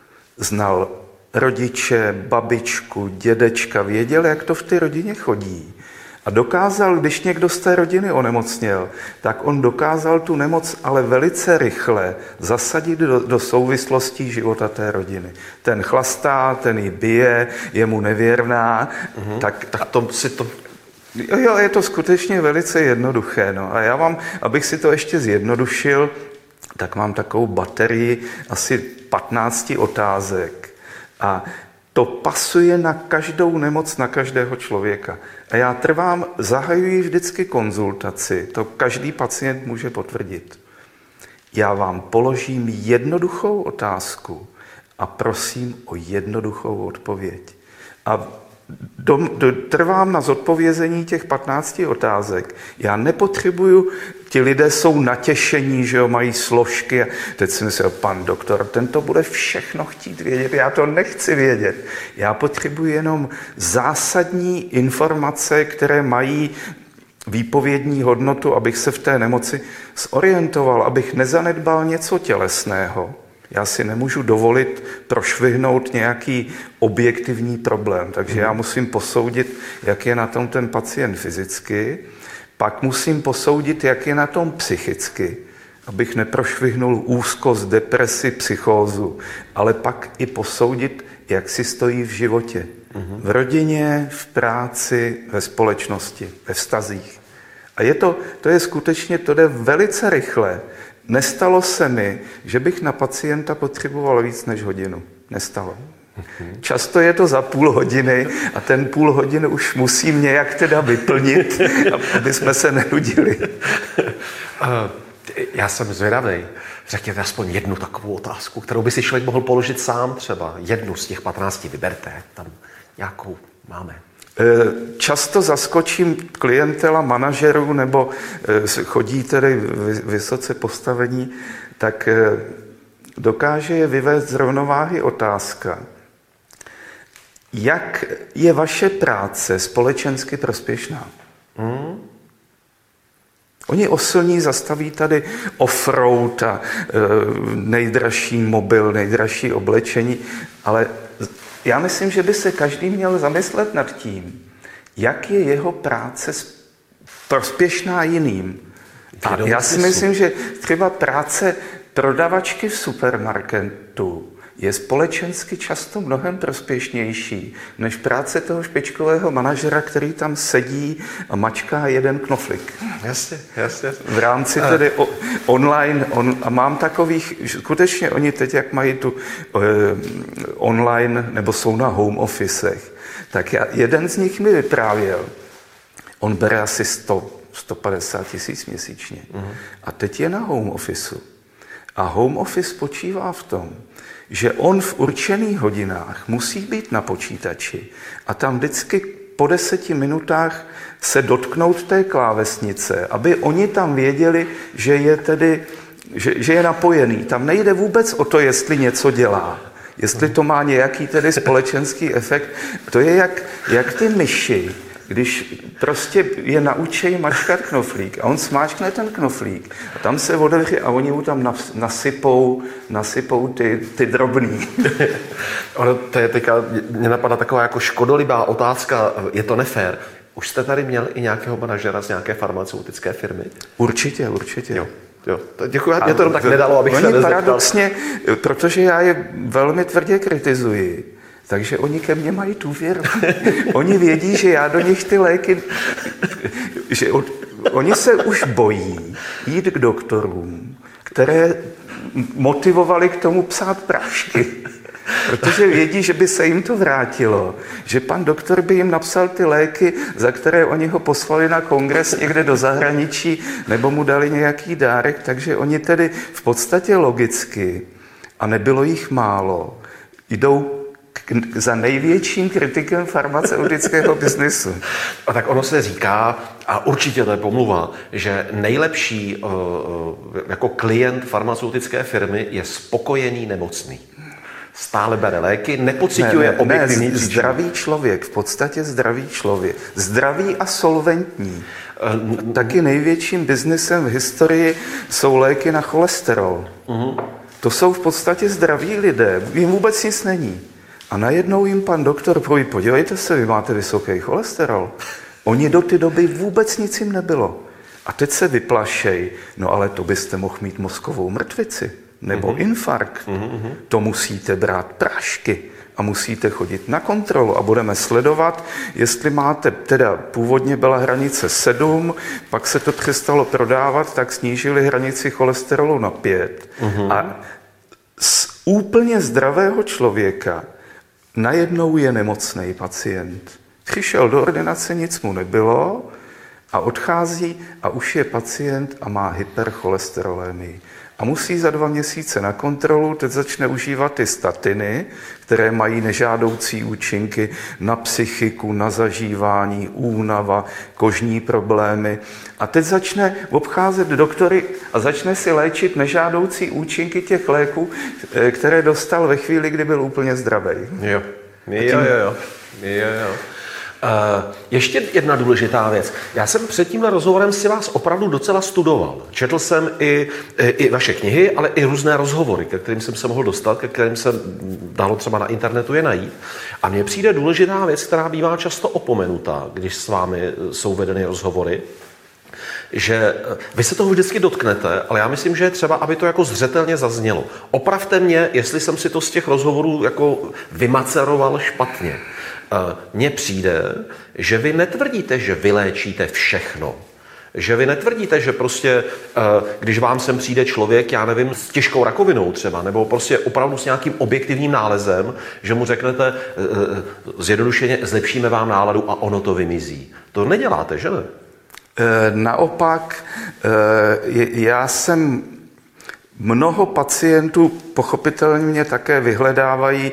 Znal rodiče, babičku, dědečka, věděl, jak to v té rodině chodí. A dokázal, když někdo z té rodiny onemocněl, tak on dokázal tu nemoc ale velice rychle zasadit do, do souvislostí života té rodiny. Ten chlastá, ten ji bije, je mu nevěrná. Uhum. Tak, tak to si to... Jo, je to skutečně velice jednoduché. No. A já vám, abych si to ještě zjednodušil, tak mám takovou baterii asi patnácti otázek. A to pasuje na každou nemoc, na každého člověka. A já trvám, zahajuji vždycky konzultaci, to každý pacient může potvrdit. Já vám položím jednoduchou otázku a prosím o jednoduchou odpověď. A do, do, trvám na zodpovězení těch patnácti otázek. Já nepotřebuju, ti lidé jsou natěšení, že jo, mají složky. A teď si myslel, pan doktor, ten to bude všechno chtít vědět, já to nechci vědět. Já potřebuji jenom zásadní informace, které mají výpovědní hodnotu, abych se v té nemoci zorientoval, abych nezanedbal něco tělesného. Já si nemůžu dovolit prošvihnout nějaký objektivní problém, takže já musím posoudit, jak je na tom ten pacient fyzicky, pak musím posoudit, jak je na tom psychicky, abych neprošvihnul úzkost, depresi, psychózu, ale pak i posoudit, jak si stojí v životě. V rodině, v práci, ve společnosti, ve vztazích. A je to, to je skutečně, to jde velice rychle. Nestalo se mi, že bych na pacienta potřeboval víc než hodinu. Nestalo. Často je to za půl hodiny a ten půl hodiny už musím nějak teda vyplnit, aby jsme se nenudili. Já jsem zvědavý. Řekněte aspoň jednu takovou otázku, kterou by si člověk mohl položit sám třeba. Jednu z těch patnácti vyberte. Tam nějakou máme. Často zaskočím klientela manažerů nebo chodí tedy vysoce postavení, tak dokáže je vyvést z rovnováhy otázka, jak je vaše práce společensky prospěšná? Hmm. Oni oslní, zastaví tady offroad a e, nejdražší mobil, nejdražší oblečení, ale já myslím, že by se každý měl zamyslet nad tím, jak je jeho práce prospěšná jiným. A já si myslím, že třeba práce prodavačky v supermarketu je společensky často mnohem prospěšnější než práce toho špičkového manažera, který tam sedí a mačká jeden knoflík. Jasně, jasně. V rámci tedy o, online, on, a mám takových, skutečně oni teď, jak mají tu eh, online, nebo jsou na home officech, tak já, jeden z nich mi vyprávěl, on bere asi sto, sto padesát tisíc měsíčně. Uh-huh. A teď je na home officeu. A home office spočívá v tom, že on v určených hodinách musí být na počítači a tam vždycky po deseti minutách se dotknout té klávesnice, aby oni tam věděli, že je tedy, že, že je napojený. Tam nejde vůbec o to, jestli něco dělá, jestli to má nějaký tedy společenský efekt. To je jak, jak ty myši, když prostě je naučej mačkat knoflík a on smáčkne ten knoflík a tam se otevře a oni mu tam nasypou, nasypou ty, ty drobný. Ono, to je teďka, mě napadá taková jako škodolibá otázka, je to nefér. Už jste tady měl i nějakého manažera z nějaké farmaceutické firmy? Určitě, určitě. Jo. Jo, děkuji, mě to jenom tak nedalo, abych se nezeptal. Paradoxně, protože já je velmi tvrdě kritizuji, takže oni ke mně mají důvěru. Oni vědí, že já do nich ty léky... Že od, oni se už bojí jít k doktorům, které motivovali k tomu psát prášky. Protože vědí, že by se jim to vrátilo. Že pan doktor by jim napsal ty léky, za které oni ho poslali na kongres někde do zahraničí, nebo mu dali nějaký dárek. Takže oni tedy v podstatě logicky, a nebylo jich málo, jdou za největším kritikem farmaceutického biznesu. A tak ono se říká, a určitě to je pomluva, že nejlepší uh, jako klient farmaceutické firmy je spokojený nemocný. Stále bere léky, nepociťuje ne, ne, objektivní ne, zdravý člověk, v podstatě zdravý člověk. Zdravý a solventní. Uh, Taky největším biznesem v historii jsou léky na cholesterol. Uh-huh. To jsou v podstatě zdraví lidé, jim vůbec nic není. A najednou jim pan doktor poví, podívejte se, vy máte vysoký cholesterol. Oni do té doby vůbec nic jim nebylo. A teď se vyplašej, no ale to byste mohl mít mozkovou mrtvici nebo mm-hmm. infarkt. Mm-hmm. To musíte brát prášky a musíte chodit na kontrolu a budeme sledovat, jestli máte, teda původně byla hranice sedm, pak se to přestalo prodávat, tak snížili hranici cholesterolu na pět. Mm-hmm. A z úplně zdravého člověka najednou je nemocný pacient. Přišel do ordinace, nic mu nebylo a odchází a už je pacient a má hypercholesterolémii. A musí za dva měsíce na kontrolu, teď začne užívat ty statiny, které mají nežádoucí účinky na psychiku, na zažívání, únava, kožní problémy. A teď začne obcházet doktory a začne si léčit nežádoucí účinky těch léků, které dostal ve chvíli, kdy byl úplně zdravý. Jo, jo, jo, jo. jo, jo. Uh, ještě jedna důležitá věc. Já jsem před tímhle rozhovorem si vás opravdu docela studoval. Četl jsem i, i, i vaše knihy, ale i různé rozhovory, ke kterým jsem se mohl dostat, ke kterým se dalo třeba na internetu je najít. A mně přijde důležitá věc, která bývá často opomenutá, když s vámi jsou vedeny rozhovory, že vy se toho vždycky dotknete, ale já myslím, že je třeba, aby to jako zřetelně zaznělo. Opravte mě, jestli jsem si to z těch rozhovorů jako vymaceroval špatně. Mně přijde, že vy netvrdíte, že vyléčíte všechno. Že vy netvrdíte, že prostě, když vám sem přijde člověk, já nevím, s těžkou rakovinou třeba, nebo prostě opravdu s nějakým objektivním nálezem, že mu řeknete zjednodušeně, zlepšíme vám náladu a ono to vymizí. To neděláte, že ne? Naopak, já jsem Mnoho pacientů pochopitelně mě také vyhledávají,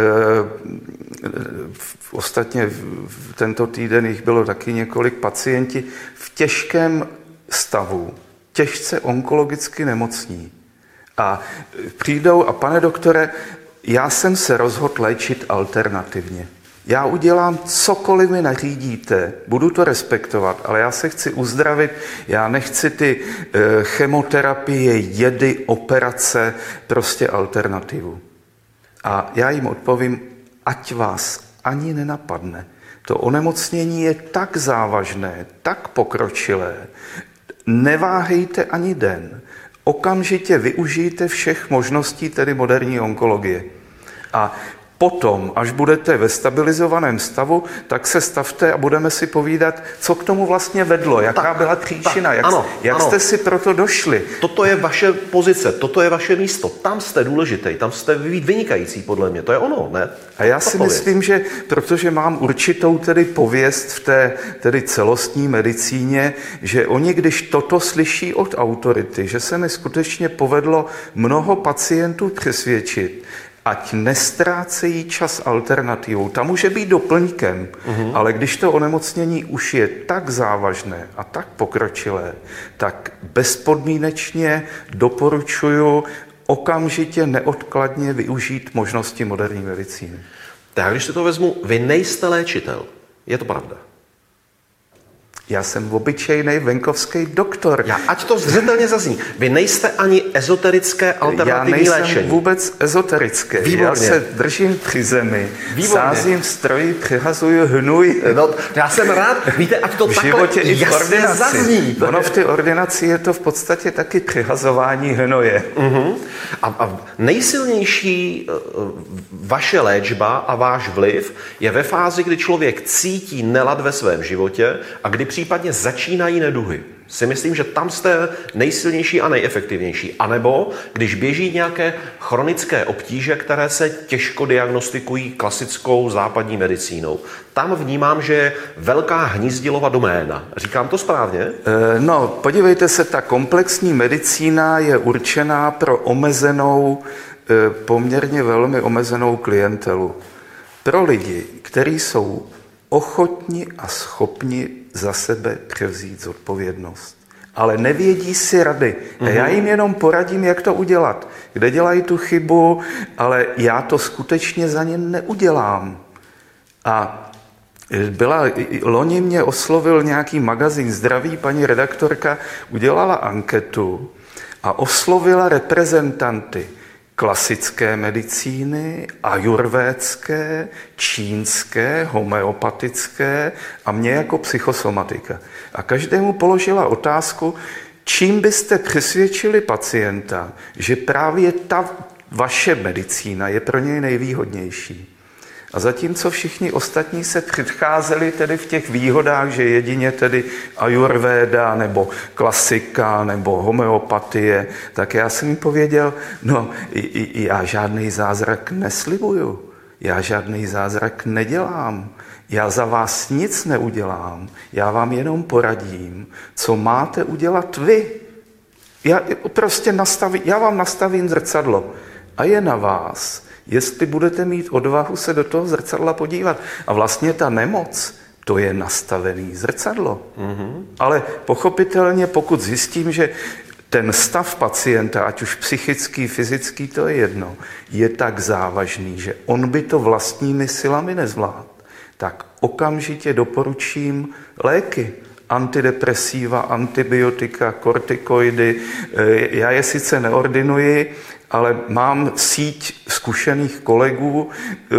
ostatně v tento týden jich bylo taky několik pacienti v těžkém stavu, těžce onkologicky nemocní. A přijdou a pane doktore, já jsem se rozhodl léčit alternativně. Já udělám cokoliv mi nařídíte, budu to respektovat, ale já se chci uzdravit, já nechci ty e, chemoterapie, jedy, operace, prostě alternativu. A já jim odpovím, ať vás ani nenapadne. To onemocnění je tak závažné, tak pokročilé, neváhejte ani den. Okamžitě využijte všech možností, tedy moderní onkologie. A potom, až budete ve stabilizovaném stavu, tak se stavte a budeme si povídat, co k tomu vlastně vedlo, jaká tak, byla příčina, tak, jak, ano, jak ano. jste si proto došli. Toto je vaše pozice, toto je vaše místo, tam jste důležitý, tam jste vynikající podle mě, to je ono, ne? A já si myslím, že protože mám určitou tedy pověst v té tedy celostní medicíně, že oni, když toto slyší od autority, že se mi skutečně povedlo mnoho pacientů přesvědčit, ať nestrácejí čas alternativou. Ta může být doplňkem, uhum. ale když to onemocnění už je tak závažné a tak pokročilé, tak bezpodmínečně doporučuji okamžitě neodkladně využít možnosti moderní medicíny. Tak když si to vezmu, vy nejste léčitel. Je to pravda? Já jsem obyčejný venkovský doktor. Já, ať to zřetelně zazní. Vy nejste ani ezoterické alternativní léčení. Já nejsem léčení. Vůbec ezoterické. Výborně. Já se držím při zemi, Výborně. sázím stroji, přihazuju hnůj. No, já jsem rád, víte, ať to v takhle životě i v ordinaci. Zazní. Ono v té ordinaci je to v podstatě taky přihazování hnoje. Uh-huh. A, a nejsilnější uh, vaše léčba a váš vliv je ve fázi, kdy člověk cítí nelad ve svém životě a kdy případně začínají neduhy. Si myslím, že tam jste nejsilnější a nejefektivnější. A nebo když běží nějaké chronické obtíže, které se těžko diagnostikují klasickou západní medicínou. Tam vnímám, že je velká hnízdilova doména. Říkám to správně? No, podívejte se, ta komplexní medicína je určená pro omezenou, poměrně velmi omezenou klientelu. Pro lidi, kteří jsou ochotni a schopni za sebe převzít zodpovědnost. Ale nevědí si rady. Mm-hmm. A já jim jenom poradím, jak to udělat. Kde dělají tu chybu, ale já to skutečně za ně neudělám. A byla, loni mě oslovil nějaký magazín Zdraví, paní redaktorka udělala anketu a oslovila reprezentanty klasické medicíny, ajurvédské, čínské, homeopatické a mě jako psychosomatika. A každému položila otázku, čím byste přesvědčili pacienta, že právě ta vaše medicína je pro něj nejvýhodnější. A zatímco všichni ostatní se předcházeli tedy v těch výhodách, že jedině tedy ajurvéda nebo klasika nebo homeopatie, tak já jsem jim pověděl, no já žádný zázrak neslibuju, já žádný zázrak nedělám, já za vás nic neudělám, já vám jenom poradím, co máte udělat vy. Já prostě nastavím, já vám nastavím zrcadlo a je na vás, jestli budete mít odvahu se do toho zrcadla podívat. A vlastně ta nemoc, to je nastavený zrcadlo. Mm-hmm. Ale pochopitelně, pokud zjistím, že ten stav pacienta, ať už psychický, fyzický, to je jedno, je tak závažný, že on by to vlastními silami nezvládl, tak okamžitě doporučím léky. Antidepresiva, antibiotika, kortikoidy. Já je sice neordinuji, ale mám síť zkušených kolegů,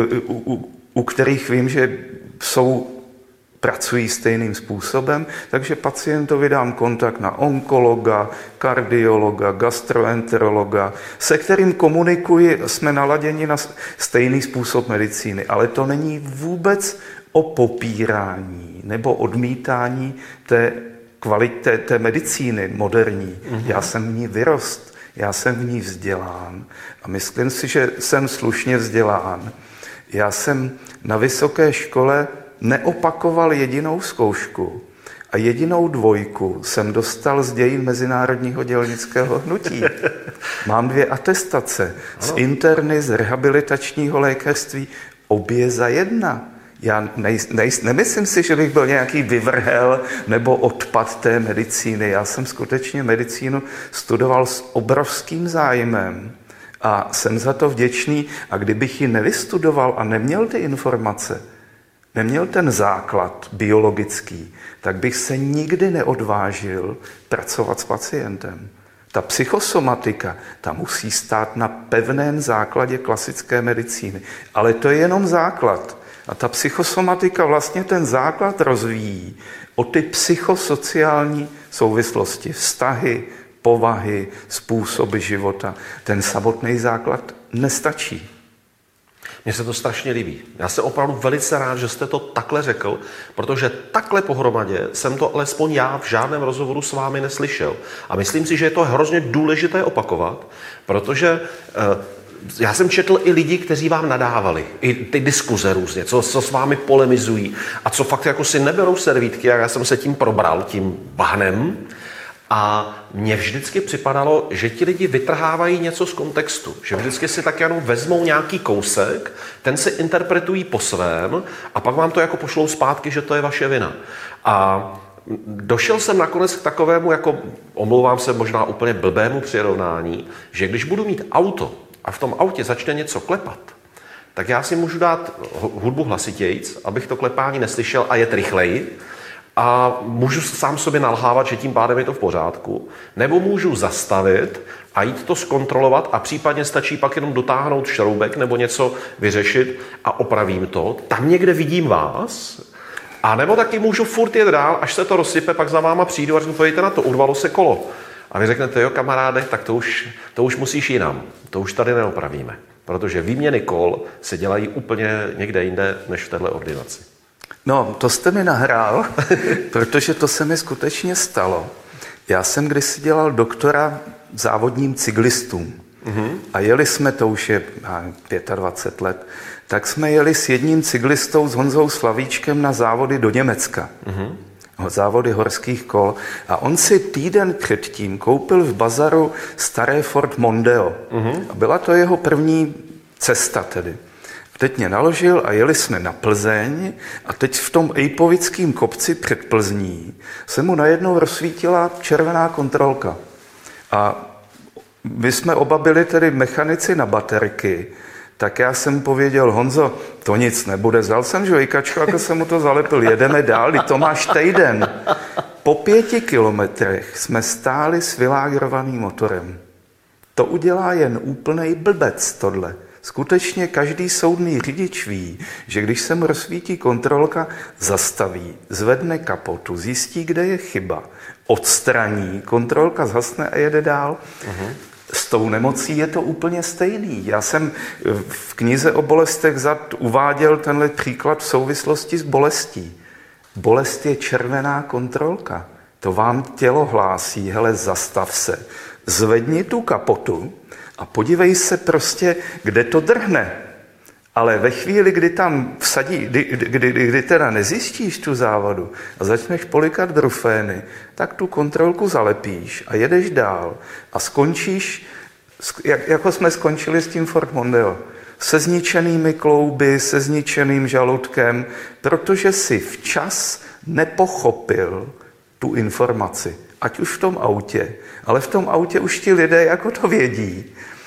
u, u kterých vím, že jsou, pracují stejným způsobem, takže pacientovi dám kontakt na onkologa, kardiologa, gastroenterologa, se kterým komunikuji, jsme naladěni na stejný způsob medicíny, ale to není vůbec o popírání nebo odmítání té kvality té medicíny moderní. Mm-hmm. Já jsem v ní vyrost, já jsem v ní vzdělán a myslím si, že jsem slušně vzdělán. Já jsem na vysoké škole neopakoval jedinou zkoušku A jedinou dvojku jsem dostal z dějin mezinárodního dělnického hnutí. Mám dvě atestace z interny, z rehabilitačního lékařství, obě za jedna. Já nej, nej, nemyslím si, že bych byl nějaký vyvrhel nebo odpad té medicíny. Já jsem skutečně medicínu studoval s obrovským zájmem a jsem za to vděčný. A kdybych ji nevystudoval a neměl ty informace, neměl ten základ biologický, tak bych se nikdy neodvážil pracovat s pacientem. Ta psychosomatika, ta musí stát na pevném základě klasické medicíny. Ale to je jenom základ. A ta psychosomatika vlastně ten základ rozvíjí o ty psychosociální souvislosti, vztahy, povahy, způsoby života. Ten samotný základ nestačí. Mně se to strašně líbí. Já jsem opravdu velice rád, že jste to takhle řekl, protože takhle pohromadě jsem to alespoň já v žádném rozhovoru s vámi neslyšel. A myslím si, že je to hrozně důležité opakovat, protože já jsem četl i lidi, kteří vám nadávali, i ty diskuze různě, co, co s vámi polemizují a co fakt jako si neberou servítky, a já jsem se tím probral, tím bahnem. A mně vždycky připadalo, že ti lidi vytrhávají něco z kontextu, že vždycky si tak jenom vezmou nějaký kousek, ten si interpretují po svém a pak vám to jako pošlou zpátky, že to je vaše vina. A došel jsem nakonec k takovému, jako omlouvám se možná úplně blbému přirovnání, že když budu mít auto a v tom autě začne něco klepat, tak já si můžu dát hudbu hlasitějc, abych to klepání neslyšel a jet rychleji, a můžu sám sobě nalhávat, že tím pádem je to v pořádku, nebo můžu zastavit a jít to zkontrolovat a případně stačí pak jenom dotáhnout šroubek nebo něco vyřešit a opravím to. Tam někde vidím vás, a nebo taky můžu furt jet dál, až se to rozsype, pak za váma přijdu a řeknu, pojďte na to, urvalo se kolo. A vy řeknete, jo kamaráde, tak to už, to už musíš jinam, to už tady neopravíme, protože výměny kol se dělají úplně někde jinde, než v téhle ordinaci. No, to jste mi nahrál, protože to se mi skutečně stalo. Já jsem kdysi dělal doktora závodním cyklistům. Mm-hmm. A jeli jsme, to už je dvacet pět let, tak jsme jeli s jedním cyklistou, s Honzou Slavíčkem, na závody do Německa. Mm-hmm. Závody horských kol. A on si týden předtím koupil v bazaru staré Ford Mondeo. Mm-hmm. A byla to jeho první cesta tedy. Teď mě naložil a jeli jsme na Plzeň a teď v tom Ejpovickém kopci před Plzní se mu najednou rozsvítila červená kontrolka. A my jsme oba byli tedy mechanici na baterky, tak já jsem pověděl, Honzo, to nic nebude, vzal jsem žvejkačku, jako jsem mu to zalepil, jedeme dál, to máš týden. Po pěti kilometrech jsme stáli s vylágrovaným motorem. To udělá jen úplnej blbec tohle. Skutečně každý soudný řidič ví, že když se mu rozsvítí kontrolka, zastaví, zvedne kapotu, zjistí, kde je chyba, odstraní, kontrolka zhasne a jede dál. Uh-huh. S tou nemocí je to úplně stejný. Já jsem v knize o bolestech zad uváděl tenhle příklad v souvislosti s bolestí. Bolest je červená kontrolka. To vám tělo hlásí, hele, zastav se, zvedni tu kapotu, a podívej se prostě, kde to drhne. Ale ve chvíli, kdy tam vsadí, kdy, kdy, kdy teda nezjistíš tu závadu a začneš polikat brufény, tak tu kontrolku zalepíš a jedeš dál a skončíš, jak, jako jsme skončili s tím Ford Mondeo, se zničenými klouby, se zničeným žaludkem, protože si včas nepochopil tu informaci. Ať už v tom autě, ale v tom autě už ti lidé jako to vědí.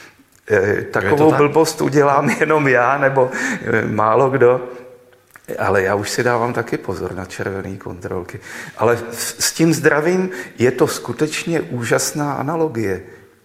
E, takovou tak? blbost udělám jenom já nebo e, málo kdo, ale já už si dávám taky pozor na červené kontrolky. Ale s tím zdravím je to skutečně úžasná analogie.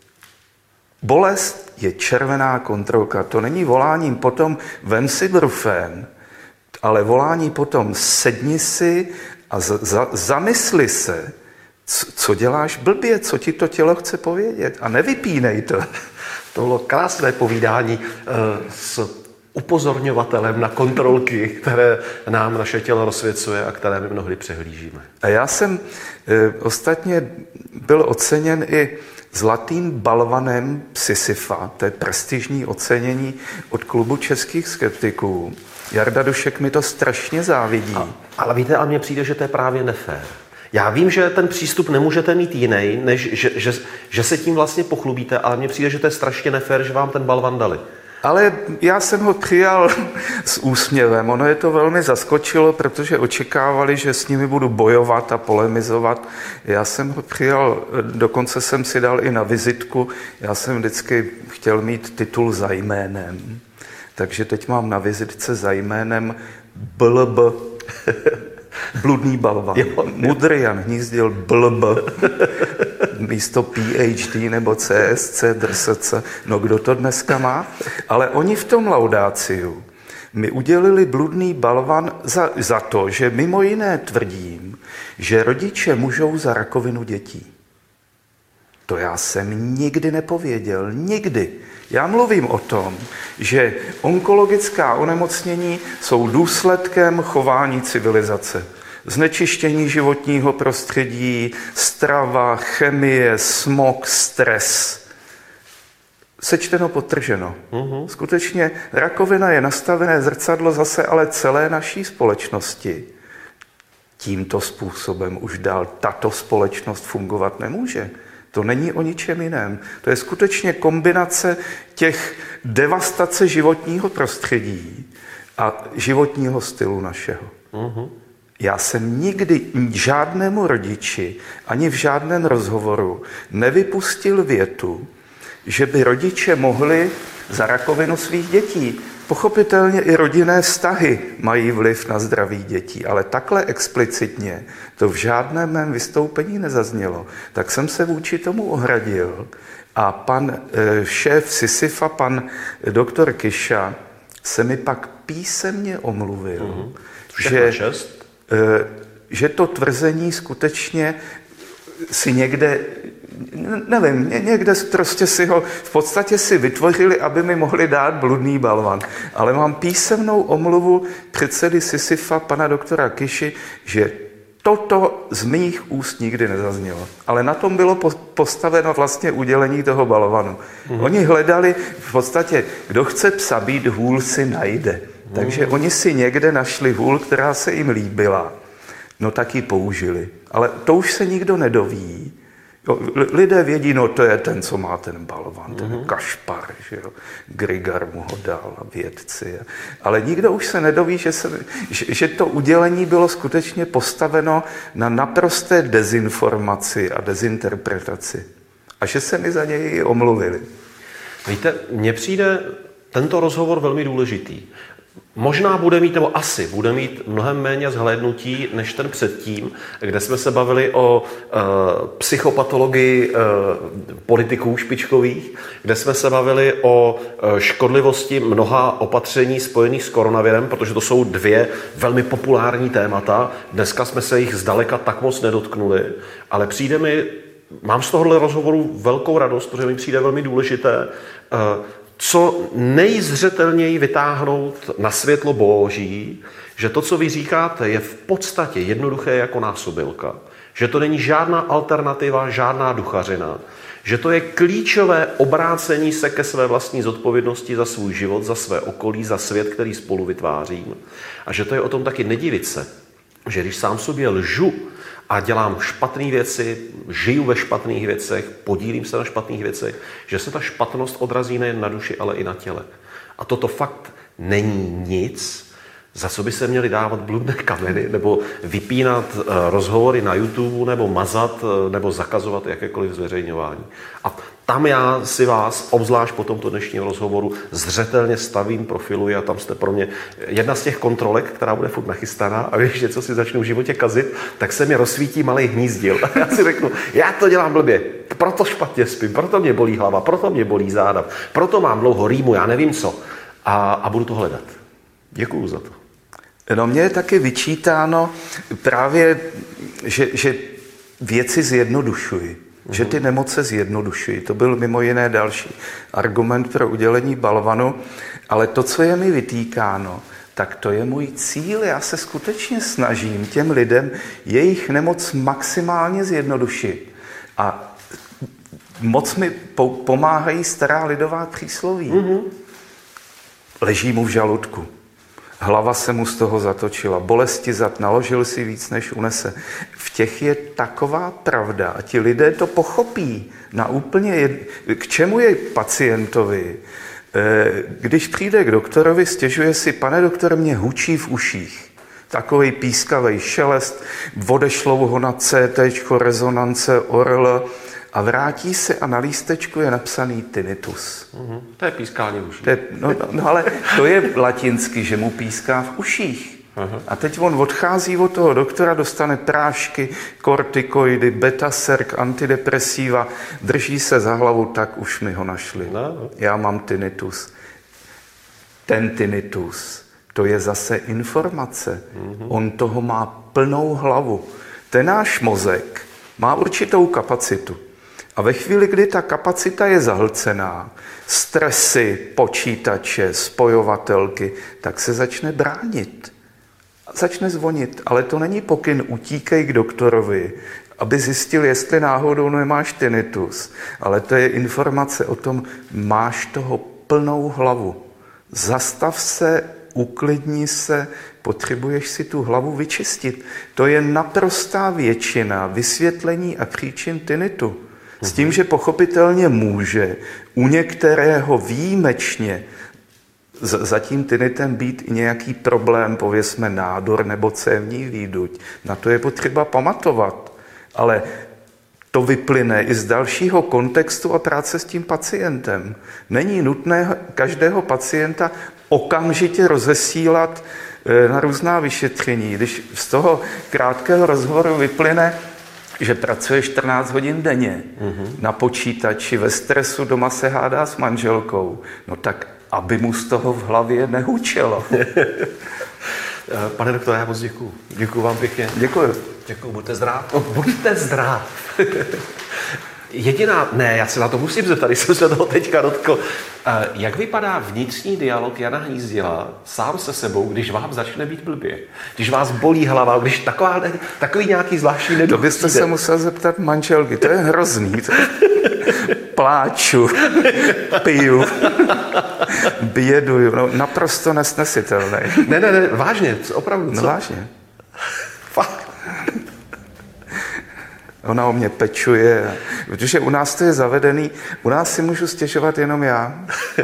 Bolest je červená kontrolka. To není voláním potom vem si brufén, ale volání potom sedni si a za, za, zamysli se, co děláš blbě, co ti to tělo chce povědět a nevypínej to. To bylo krásné povídání s upozorňovatelem na kontrolky, které nám naše tělo rozsvěcuje a které my mnohdy přehlížíme. A já jsem ostatně byl oceněn i zlatým balvanem Sisyfa, to je prestižní ocenění od klubu českých skeptiků. Jarda Dušek mi to strašně závidí. A, ale víte, a mně přijde, že to je právě nefér. Já vím, že ten přístup nemůžete mít jiný, než že, že, že se tím vlastně pochlubíte, ale mně přijde, že to je strašně nefér, že vám ten balvan dali. Ale já jsem ho přijal s úsměvem. Ono je to velmi zaskočilo, protože očekávali, že s nimi budu bojovat a polemizovat. Já jsem ho přijal, dokonce jsem si dal i na vizitku. Já jsem vždycky chtěl mít titul za jménem. Takže teď mám na vizitce za jménem B L B. Bludný balvan. Mudrjan Hnízdil B L B. Místo P H D nebo C S C, D R S C. No kdo to dneska má? Ale oni v tom laudáciu mi udělili bludný balvan za, za to, že mimo jiné tvrdím, že rodiče můžou za rakovinu dětí. To já jsem nikdy nepověděl. Nikdy. Já mluvím o tom, že onkologická onemocnění jsou důsledkem chování civilizace. Znečištění životního prostředí, strava, chemie, smog, stres. Sečteno, podtrženo. Mm-hmm. Skutečně rakovina je nastavené zrcadlo zase ale celé naší společnosti. Tímto způsobem už dál tato společnost fungovat nemůže. To není o ničem jiném. To je skutečně kombinace těch devastace životního prostředí a životního stylu našeho. Mm-hmm. Já jsem nikdy žádnému rodiči ani v žádném rozhovoru nevypustil větu, že by rodiče mohli za rakovinu svých dětí. Pochopitelně i rodinné vztahy mají vliv na zdraví dětí, ale takhle explicitně to v žádném mém vystoupení nezaznělo. Tak jsem se vůči tomu ohradil a pan e, šéf Sisyfa, pan doktor Kyša, se mi pak písemně omluvil, mm-hmm. že, e, že to tvrzení skutečně si někde, nevím, někde prostě si ho v podstatě si vytvořili, aby mi mohli dát bludný balvan. Ale mám písemnou omluvu předsedy Sisyfa, pana doktora Kyši, že toto z mých úst nikdy nezaznělo. Ale na tom bylo postaveno vlastně udělení toho balvanu. Mm. Oni hledali v podstatě, kdo chce psa být, hůl si najde. Mm. Takže oni si někde našli hůl, která se jim líbila. No tak ji použili. Ale to už se nikdo nedoví. Lidé vědí, no to je ten, co má ten balvan, ten mm-hmm. Kašpar, že jo. Grigar mu ho dal a vědci. Ale nikdo už se nedoví, že, se, že, že to udělení bylo skutečně postaveno na naprosté dezinformaci a dezinterpretaci. A že se mi za něj omluvili. Víte, mně přijde tento rozhovor velmi důležitý. Možná bude mít, nebo asi bude mít mnohem méně zhlédnutí než ten předtím, kde jsme se bavili o e, psychopatologii e, politiků špičkových, kde jsme se bavili o e, škodlivosti mnoha opatření spojených s koronavirem, protože to jsou dvě velmi populární témata. Dneska jsme se jich zdaleka tak moc nedotknuli, ale přijde mi, mám z tohohle rozhovoru velkou radost, protože mi přijde velmi důležité e, co nejzřetelněji vytáhnout na světlo boží, že to, co vy říkáte, je v podstatě jednoduché jako násobilka, že to není žádná alternativa, žádná duchařina, že to je klíčové obrácení se ke své vlastní zodpovědnosti za svůj život, za své okolí, za svět, který spolu vytvářím, a že to je o tom taky nedivit se, že když sám sobě lžu a dělám špatné věci, žiju ve špatných věcech, podílím se na špatných věcech, že se ta špatnost odrazí nejen na duši, ale i na těle. A toto fakt není nic, za co by se měli dávat bludné kameny, nebo vypínat rozhovory na YouTube, nebo mazat, nebo zakazovat jakékoliv zveřejňování. A tam já si vás, obzvlášť po tomto dnešním rozhovoru, zřetelně stavím, profiluji a tam jste pro mě jedna z těch kontrolek, která bude furt nachystaná, a když něco si začnu v životě kazit, tak se mi rozsvítí malej Hnízdil. A já si řeknu, já to dělám blbě, proto špatně spím, proto mě bolí hlava, proto mě bolí záda, proto mám dlouho rýmu, já nevím co. A, a budu to hledat. Děkuju za to. No, mně je taky vyčítáno právě, že, že věci zjednodušuji. Mm-hmm. Že ty nemoce zjednodušují. To byl mimo jiné další argument pro udělení balvanu. Ale to, co je mi vytýkáno, tak to je můj cíl. Já se skutečně snažím těm lidem jejich nemoc maximálně zjednodušit. A moc mi pomáhají stará lidová přísloví. Mm-hmm. Leží mu v žaludku. Hlava se mu z toho zatočila, bolesti zad, naložil si víc, než unese. V těch je taková pravda a ti lidé to pochopí. Na úplně jed... K čemu je pacientovi? Když přijde k doktorovi, stěžuje si, pane doktor, mě hučí v uších. Takový pískavý šelest, odešlo ho na C T, rezonance, O R L a vrátí se a na lístečku je napsaný tinnitus. Mm-hmm. To je pískání v uších. To je, no, no ale to je latinsky, že mu píská v uších. Aha. A teď on odchází od toho doktora, dostane prášky, kortikoidy, betaserk, antidepresiva, drží se za hlavu, tak už mi ho našli. No. Já mám tinnitus. Ten tinnitus, to je zase informace. Mm-hmm. On toho má plnou hlavu. Ten náš mozek má určitou kapacitu. A ve chvíli, kdy ta kapacita je zahlcená, stresy, počítače, spojovatelky, tak se začne bránit. Začne zvonit, ale to není pokyn utíkej k doktorovi, aby zjistil, jestli náhodou nemáš tinnitus. Ale to je informace o tom, máš toho plnou hlavu. Zastav se, uklidni se, potřebuješ si tu hlavu vyčistit. To je naprostá většina vysvětlení a příčin tinnitu. S tím, že pochopitelně může u některého výjimečně za tím tinnitem být i nějaký problém, pověsme nádor nebo cévní výduť. Na to je potřeba pamatovat. Ale to vyplyne i z dalšího kontextu a práce s tím pacientem. Není nutné každého pacienta okamžitě rozesílat na různá vyšetření. Když z toho krátkého rozhovoru vyplyne, že pracuje čtrnáct hodin denně mm-hmm. na počítači, ve stresu, doma se hádá s manželkou, no tak aby mu z toho v hlavě nehučelo. Pane doktore, já moc děkuju. Děkuju vám pěkně. Děkuju. Děkuju, buďte zdrav. No, buďte zdrav. Jediná, ne, já se na to musím zeptat, když jsem se toho teďka dotkl. Jak vypadá vnitřní dialog Jana Hnízdila sám se sebou, když vám začne být blbě? Když vás bolí hlava, když taková, takový nějaký zvláštní neduch. To byste se musel zeptat manželky, to je hrozný. To je... Pláču, piju, běduju, no, naprosto nesnesitelný. Ne, ne, ne, vážně, opravdu. No vážně. Fakt. Ona o mě pečuje, protože u nás to je zavedený, u nás si můžu stěžovat jenom já.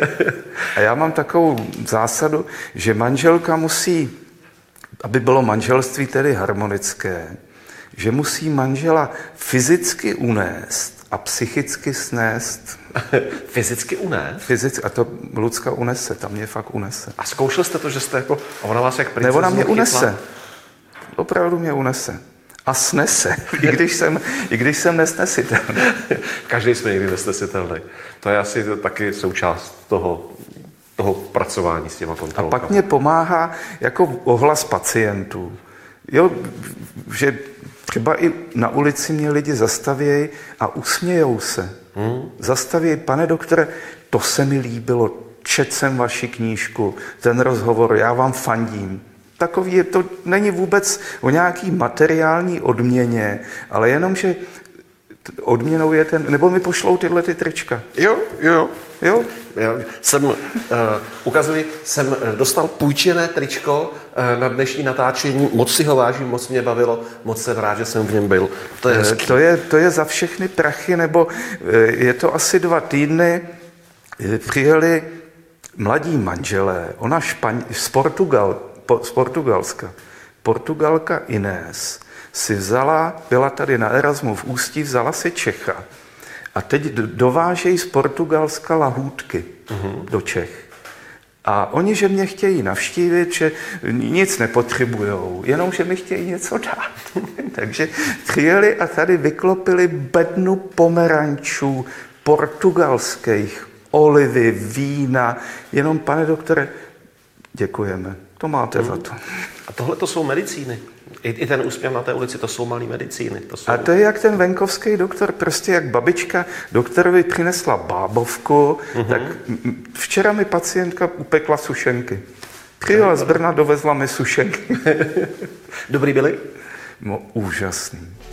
A já mám takovou zásadu, že manželka musí, aby bylo manželství tedy harmonické, že musí manžela fyzicky unést a psychicky snést. Fyzicky unést? Fyzicky, a to Lucka unese, tam mě fakt unese. A zkoušel jste to, že jste jako, a ona vás jak princezu Ne, ona mě chytla? unese. Opravdu mě unese. A snese, i když jsem, i když jsem nesnesitelný. Každý jsme někdy nesnesitelný. To je asi taky součást toho, toho pracování s těma kontrolkami. A pak mě pomáhá jako ohlas pacientů. Jo, že třeba i na ulici mě lidi zastavějí a usmějou se. Hmm. Zastavějí, pane doktore, to se mi líbilo, četl jsem vaši knížku, ten rozhovor, já vám fandím. Takový je, to není vůbec o nějaký materiální odměně, ale jenom, že odměnou je ten, nebo mi pošlou tyhle ty trička. Jo, jo. Jo? Já jsem, uh, ukazuji, jsem dostal půjčené tričko uh, na dnešní natáčení, moc si ho vážím, moc mě bavilo, moc jsem rád, že jsem v něm byl. To je, uh, to je, to je za všechny prachy, nebo uh, je to asi dva týdny, přijeli mladí manželé, ona špaň, z, Portugal, po, z Portugalska, Portugalka Inés si vzala, byla tady na Erasmu v Ústí, vzala si Čecha a teď dovážejí z Portugalska lahůdky uh-huh. do Čech. A oni, že mě chtějí navštívit, že nic nepotřebujou, jenom, že mi chtějí něco dát. Takže přijeli a tady vyklopili bednu pomerančů portugalských, olivy, vína. Jenom, pane doktore, děkujeme. To máte mm. za to. A tohle to jsou medicíny. I, I ten úsměv na té ulici, to jsou malé medicíny. To jsou... A to je jak ten venkovský doktor, prostě jak babička doktorovi přinesla bábovku, mm-hmm. tak včera mi pacientka upekla sušenky. Přijela z Brna, dovezla mi sušenky. Dobrý byli? No, úžasný.